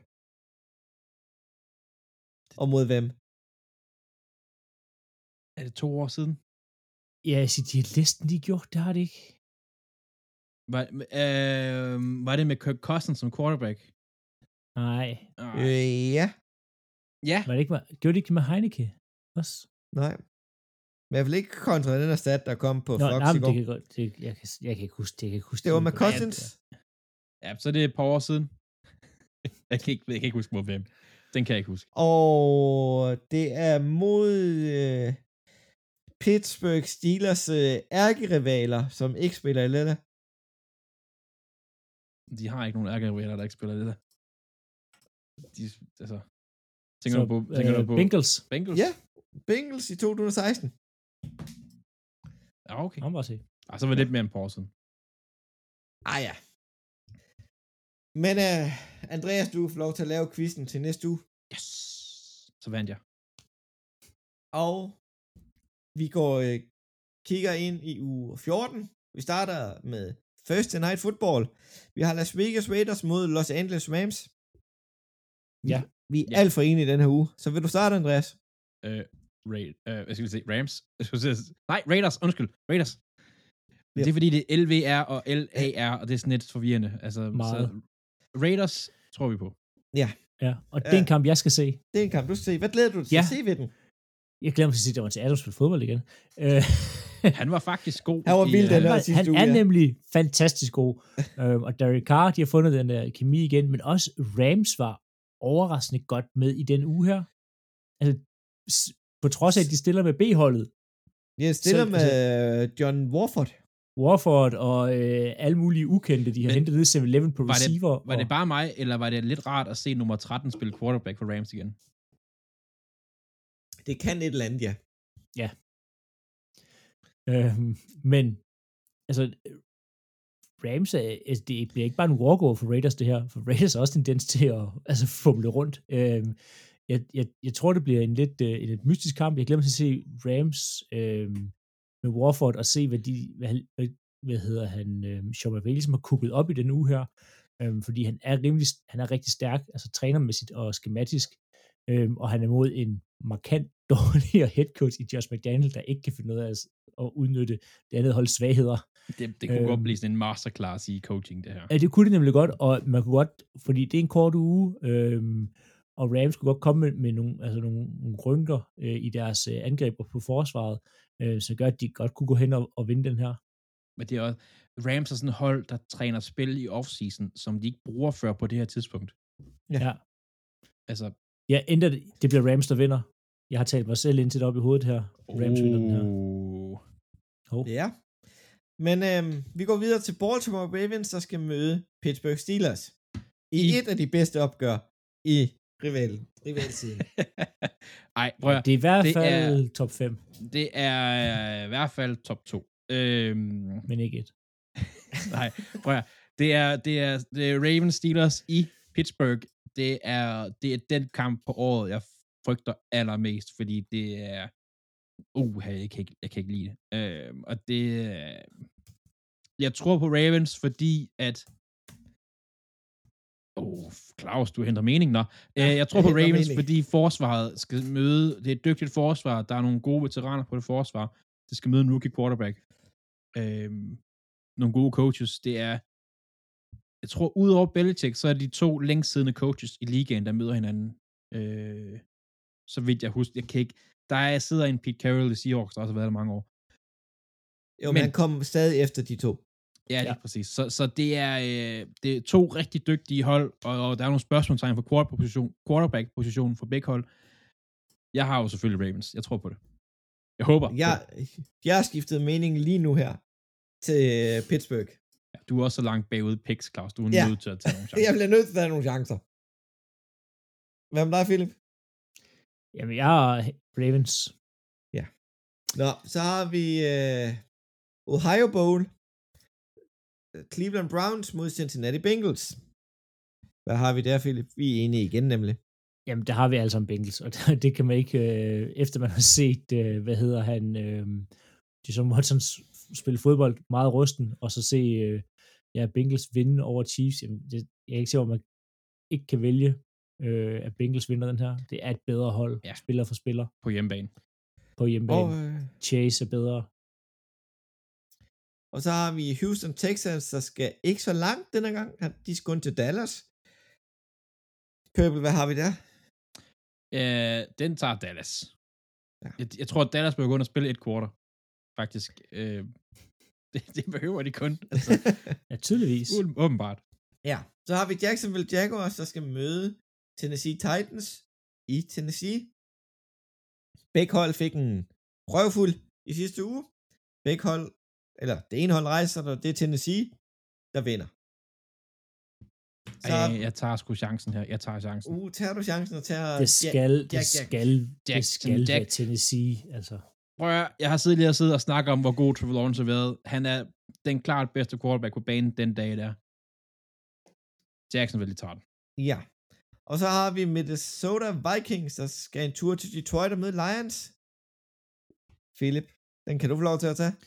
Og mod hvem? Er det to år siden? Ja, jeg siger, de har næsten lige gjort, det har de ikke. Var, øh, var det med Kirk Cousins som quarterback? Nej. Øh, ja. Ja. Var det ikke med, gjorde de ikke med Heineke også? Nej. Men jeg vil ikke kontra den her stat, der kom på Nå, Fox nej, i går. det kan godt, det, jeg, kan, jeg kan ikke huske det. Jeg kan ikke huske det var med Cousins. Ja, så det er et par år siden. jeg, kan ikke, jeg kan ikke huske mod hvem. Den kan jeg ikke huske. Og det er mod øh, Pittsburgh Steelers øh, ærkerivaler, som ikke spiller i Lilla. De har ikke nogen ærkerivaler, der ikke spiller i Lilla. De, altså... Tænker så, du på... Tænker øh, du på Bengals. Bengals? Ja, Bengals i to tusind og seksten. Ja, okay. Han var se. Ah, så var det lidt mere end på år siden. Ah ja. Men uh, Andreas, du får lov til at lave quizzen til næste uge. Yes! Så vandt jeg. Og vi går uh, kigger ind i uge fjorten. Vi starter med Thursday Night Football. Vi har Las Vegas Raiders mod Los Angeles Rams. Ja. Vi er ja. alt for enige i den her uge. Så vil du starte, Andreas? Øh, Raid, øh, hvad skal vi sige? Rams? Nej, Raiders, undskyld. Raiders. Ja. Det er fordi, det er L V R og L A R, og det er sådan lidt forvirrende. Altså, så Raiders tror vi på. Ja. Ja, og det er en kamp, jeg skal se. Det er en kamp, du skal se. Hvad glæder du dig til ja. at se ved den? Jeg glemmer til at sige, at der var til Adams spille fodbold igen. Han var faktisk god. Han var vild den der sidste Han uge, er ja. nemlig fantastisk god. øhm, og Derek Carr, de har fundet den der kemi igen, men også Rams var overraskende godt med i den uge her. Altså, på trods af, at de stiller med B-holdet. Jeg stiller så, med altså, John Warford. Warford og øh, alle mulige ukendte, de har men, hentet ned syv elleve på var receiver. Det, var og... det bare mig, eller var det lidt rart at se nummer tretten spille quarterback for Rams igen? Det kan et eller andet, ja. Ja. Øhm, men, altså, Rams, er, altså, det bliver ikke bare en walkover for Raiders, det her, for Raiders har også tendens til at altså, fumle rundt. Øh, jeg, jeg, jeg tror, det bliver en lidt, uh, en lidt mystisk kamp. Jeg glemmer til at se Rams øh, med Warford og se, hvad de, hvad, hvad, hvad hedder han, øh, Sean McVay, som har kukket op i den uge her, øh, fordi han er rimelig, han er rigtig stærk, altså trænermæssigt og skematisk, øh, og han er mod en markant dårligere headcoach i Josh McDaniel, der ikke kan finde ud af at, at udnytte det andet holds svagheder. Det, det kunne øhm, godt blive sådan en masterclass i coaching, det her. Ja, det kunne det nemlig godt, og man kunne godt, fordi det er en kort uge, øhm, og Rams kunne godt komme med, med nogle, altså nogle, nogle rynker øh, i deres øh, angreb på forsvaret, øh, så gør, at de godt kunne gå hen og, og vinde den her. Men det er også, Rams er sådan et hold, der træner spil i offseason, som de ikke bruger før på det her tidspunkt. Ja. ja. Altså. Ja, ændrer det, det bliver Rams, der vinder. Jeg har talt mig selv indtil det op i hovedet her. Rams oh. vinder den her. Oh. Ja. Men øhm, vi går videre til Baltimore Ravens, der skal møde Pittsburgh Steelers. I, I et af de bedste opgør i rivalen, rivalsiden. Ej, prøv at, det er i hvert fald er, top fem. Det er i hvert fald top to. Øhm, Men ikke et. Nej, prøv at, det er, det er, det er Ravens Steelers i Pittsburgh. Det er, det er den kamp på året, jeg frygter allermest, fordi det er uh, jeg kan ikke, jeg kan ikke lide det. Øhm, og det jeg tror på Ravens, fordi at oh, Claus, du henter mening, nå. Ja, jeg tror på Ravens, fordi forsvaret skal møde, det er et dygtigt forsvar, der er nogle gode veteraner på det forsvar, det skal møde en rookie quarterback. Øhm, nogle gode coaches, det er, jeg tror, udover Belichick, så er de to længst siddende coaches i ligaen, der møder hinanden. Øh, så vidt jeg husker, jeg kan ikke, der er, jeg sidder en Pete Carroll i Seahawks, der også har været der mange år. Jo, men han kom stadig efter de to. Ja, det er ja. præcis. Så, så det, er, øh, det er to rigtig dygtige hold, og, og der er nogle spørgsmålstegn for quarterback-position, quarterback-positionen for begge hold. Jeg har jo selvfølgelig Ravens. Jeg tror på det. Jeg håber. Jeg, jeg har skiftet mening lige nu her til Pittsburgh. Ja, du er også så langt bagud picks, Claus. Du er ja. nødt til at tage nogle chancer. Jeg bliver nødt til at tage nogle chancer. Hvad med dig, Philip? Jamen, jeg har Ravens. Ja. Nå, så har vi uh, Ohio Bowl. Cleveland Browns mod Cincinnati Bengals. Hvad har vi der, Philip? Vi er enige igen, nemlig. Jamen, der har vi altså en Bengals, og det kan man ikke, øh, efter man har set, øh, hvad hedder han, øh, de som Watson spille fodbold meget rusten, og så se øh, ja, Bengals vinde over Chiefs. Jamen, det, jeg er ikke sikker, om man ikke kan vælge, øh, at Bengals vinder den her. Det er et bedre hold, ja. Spiller for spiller. På hjemmebane. På hjemmebane. Og, øh... Chase er bedre. Og så har vi Houston Texans, der skal ikke så langt denne gang. De skal gå til Dallas. Purple, hvad har vi der? Øh, den tager Dallas. Ja. Jeg, jeg tror, at Dallas bør gå ind og spille et quarter. Faktisk. Øh, det, det behøver de kun. Altså. Ja, tydeligvis. Åbenbart. Ja, så har vi Jacksonville Jaguars, der skal møde Tennessee Titans i Tennessee. Begge hold fik en røvfuld i sidste uge. Begge hold, eller det ene hold rejser, og det er Tennessee, der vinder. Så, Ej, jeg tager sgu chancen her. Jeg tager chancen. Uh, tager du chancen og tager... Det skal, Jack, Jack, det skal, Jack, det skal Jack. være Tennessee, altså. Prøv at, jeg har siddet lige og siddet og snakket om, hvor god Trevor Lawrence har været. Han er den klart bedste quarterback på banen den dag der. Jackson vil lige tage den. Ja. Og så har vi Minnesota Vikings, der skal en tur til Detroit og møde Lions. Philip, den kan du få lov til at tage.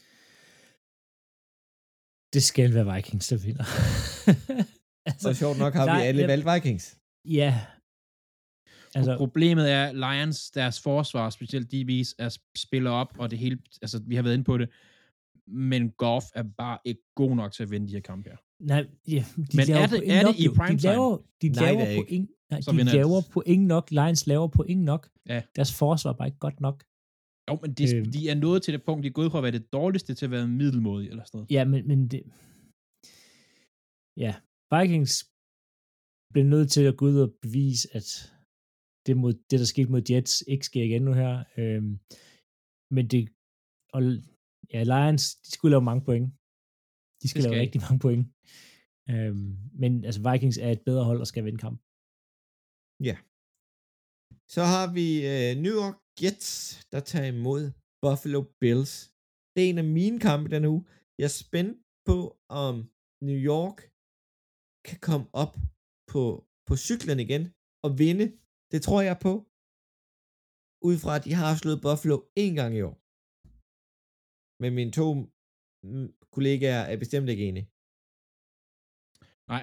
Det skal være Vikings, der vinder. altså, så sjovt nok har nej, vi alle jeg... valgt Vikings. Ja. Altså, problemet er, Lions, deres forsvar, specielt D B's, er spiller op, og det hele, altså vi har været inde på det, men Goff er bare ikke god nok til at vinde de her kampe her. Nej, ja, de men laver er det, er det i primetime? De laver, de nej, laver point, nej, de laver point nok, Lions laver point nok, ja. Deres forsvar er bare ikke godt nok. Jo, men de, øhm. de er nået til det punkt, de er gået fra at være det dårligste til at være middelmådige eller sådan noget. Ja, men, men det... Ja, Vikings blev nødt til at gå ud og bevise, at det, mod, det der skete mod Jets, ikke sker igen nu her. Øhm, men det... Og, ja, Lions, de skulle lave mange point. De skal, skal lave rigtig mange point. Øhm, men altså, Vikings er et bedre hold og skal vinde kamp. Ja. Så har vi øh, New York Jets, der tager imod Buffalo Bills. Det er en af mine kampe denne uge. Jeg er spændt på, om New York kan komme op på, på cyklen igen og vinde. Det tror jeg på. Ud fra, at de har slået Buffalo en gang i år. Men mine to mm, kollegaer er bestemt ikke enige. Nej.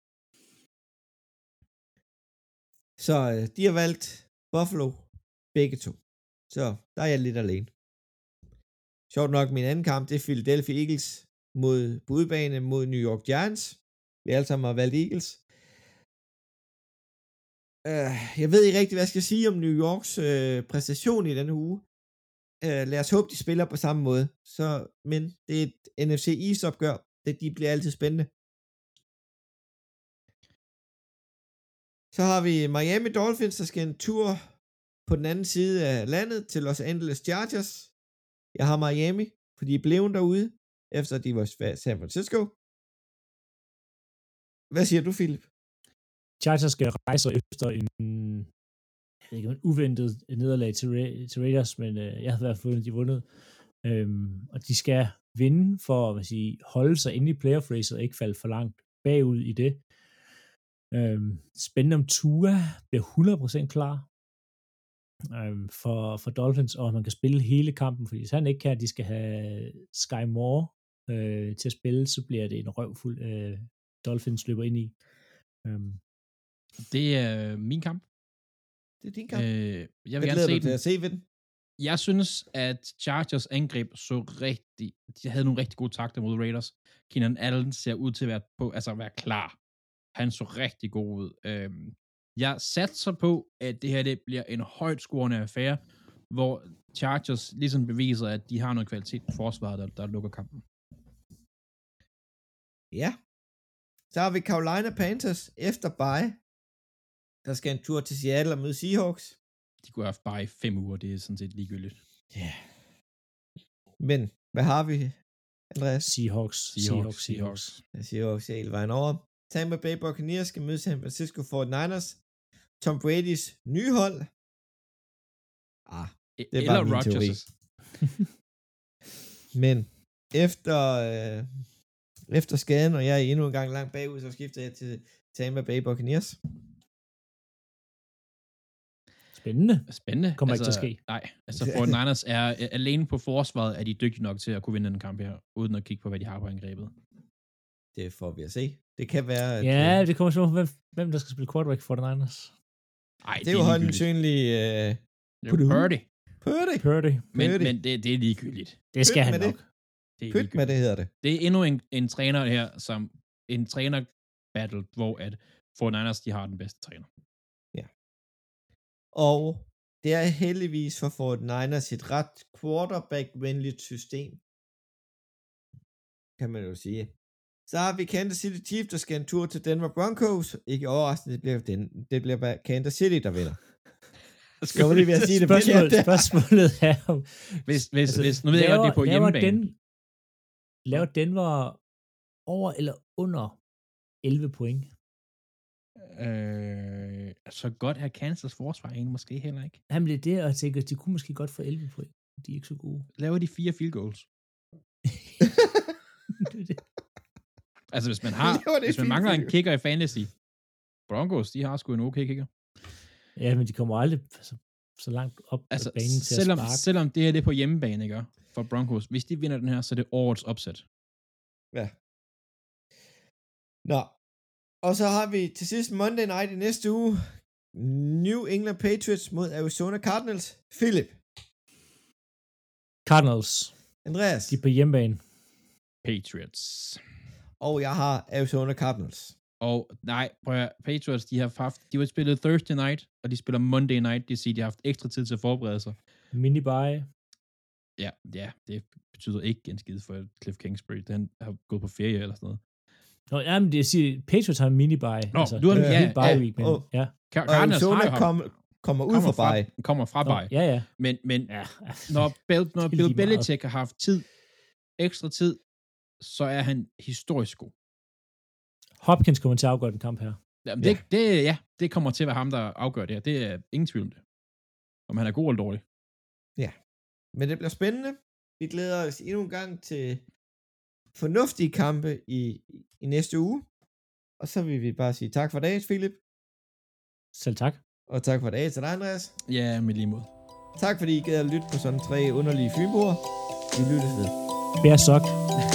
Så øh, de har valgt Buffalo begge to. Så der er jeg lidt alene. Sjovt nok, min anden kamp, det er Philadelphia Eagles mod på udebane mod New York Giants. Vi alle sammen har valgt Eagles. Uh, jeg ved ikke rigtig, hvad jeg skal sige om New Yorks uh, præstation i denne uge. Uh, lad os håbe, de spiller på samme måde. Så, men det er et N F C East opgør. Det, de bliver altid spændende. Så har vi Miami Dolphins, der skal en tur på den anden side af landet til Los Angeles Chargers. Jeg har Miami, for de er blevet derude, efter de var i San Francisco. Hvad siger du, Philip? Chargers skal rejse efter en, jeg ved ikke, en uventet nederlag til, Ra- til Raiders, men øh, jeg har i hvert fald fundet, de vundet. Øhm, og de skal vinde for at sige, holde sig inde i playoff-racet og ikke falde for langt bagud i det. Øhm, spændende om Tua bliver hundrede procent klar øhm, for, for Dolphins, og man kan spille hele kampen, fordi hvis han ikke kan, de skal have Sky Moore øh, til at spille, så bliver det en røvfuld øh, Dolphins løber ind i. Øhm, Det er min kamp. Det er din kamp. Øh, jeg vil Hvad gerne glæder se du til den. at se ved den? Jeg synes, at Chargers angreb så rigtig, de havde nogle rigtig gode takter mod Raiders. Keenan Allen ser ud til at være, på, altså at være klar. Han så rigtig god ud. Øhm, jeg satser på, at det her det bliver en højt scorende affære, hvor Chargers ligesom beviser, at de har noget kvalitet på forsvaret, der, der lukker kampen. Ja. Så har vi Carolina Panthers efter bye. Der skal en tur til Seattle og møde Seahawks. De kunne have haft bare i fem uger, det er sådan set ligegyldigt. Ja. Yeah. Men, hvad har vi, Andreas? Seahawks, Seahawks, Seahawks. Ja, Seahawks er hele vejen over. Tampa Bay Buccaneers skal møde San Francisco forty-niners. Tom Brady's nye hold. Ah, det er Eller bare min teori. Rodgers. Men, efter, øh, efter skaden, og jeg er endnu en gang langt bagud, så skifter jeg til Tampa Bay Buccaneers. Spændende. Spændende. Kommer altså, ikke til at ske. Nej, altså forty-niners er alene på forsvaret, er de dygtige nok til at kunne vinde den kamp her, uden at kigge på, hvad de har på angrebet. Det får vi at se. Det kan være, at... Ja, det kommer til hvem, hvem der skal spille quarterback for forty-niners. Ej, det er jo højden synlig... Øh, det er Purdy. Purdy. Purdy. Men, men det, det er ligegyldigt. Det skal Pyt han med nok. Det. Det Pyt med det hedder det. Det er endnu en, en træner her, som en træner battle, hvor at forty-niners, de har den bedste træner. Ja. Og det er heldigvis for forty-niners et ret quarterback-venligt system. Kan man jo sige. Så har vi Kansas City Chiefs, der skal en tur til Denver Broncos. Ikke overraskende, det bliver, den, det bliver bare Kansas City, der vinder. Skal vi lige ved at sige det? Spørgsmål, spørgsmålet er om... Hvis, hvis, altså, hvis, nu ved jeg godt, det er på hjemmebane. Den, laver Denver over eller under elleve point? Øh, så godt er Kansas forsvar egentlig måske heller ikke. Han blev det, og jeg tænker, de kunne måske godt få elleve point. De er ikke så gode. Laver de fire field goals? det er det. Altså, hvis man har, hvis man mangler en kicker i fantasy, Broncos, de har sgu en okay kicker. Ja, men de kommer aldrig så, så langt op altså, på banen til selvom, at sparke. Selvom det her det er på hjemmebane, ikke? For Broncos, hvis de vinder den her, så er det årets opsæt. Ja. Nå. Og så har vi til sidst Monday Night i næste uge. New England Patriots mod Arizona Cardinals. Philip. Cardinals. Andreas. De er på hjemmebane. Patriots. Og jeg har Arizona Cardinals. Og nej, prøv at, Patriots, de har haft, de har spillet Thursday night, og de spiller Monday night, det vil sige, de har haft ekstra tid til at forberede sig. Mini-bye. Ja, ja, det betyder ikke en skid for Cliff Kingsbury, den har gået på ferie eller sådan noget. Nå, jamen, det siger, Patriots har en mini-bye. Nå, altså, du har en ja, ja, bye week, men og, ja. Og Arizona kom, kommer ud kommer fra bye. Kommer fra bye. Ja, ja. Men, men ja. når Bill, når Bill Belichick har haft tid, ekstra tid, så er han historisk god. Hopkins kommer til at afgøre den kamp her. Jamen, det, ja. Det, ja, det kommer til at være ham, der afgør det her. Det er ingen tvivl om det. Om han er god eller dårlig. Ja. Men det bliver spændende. Vi glæder os endnu en gang til fornuftige kampe i, i næste uge. Og så vil vi bare sige tak for dagen, Philip. Selv tak. Og tak for dagen til dig, Andreas. Ja, med lige måde. Tak fordi I gad at lytte på sådan tre underlige fynboer. Vi lyttes ved. Bær sok.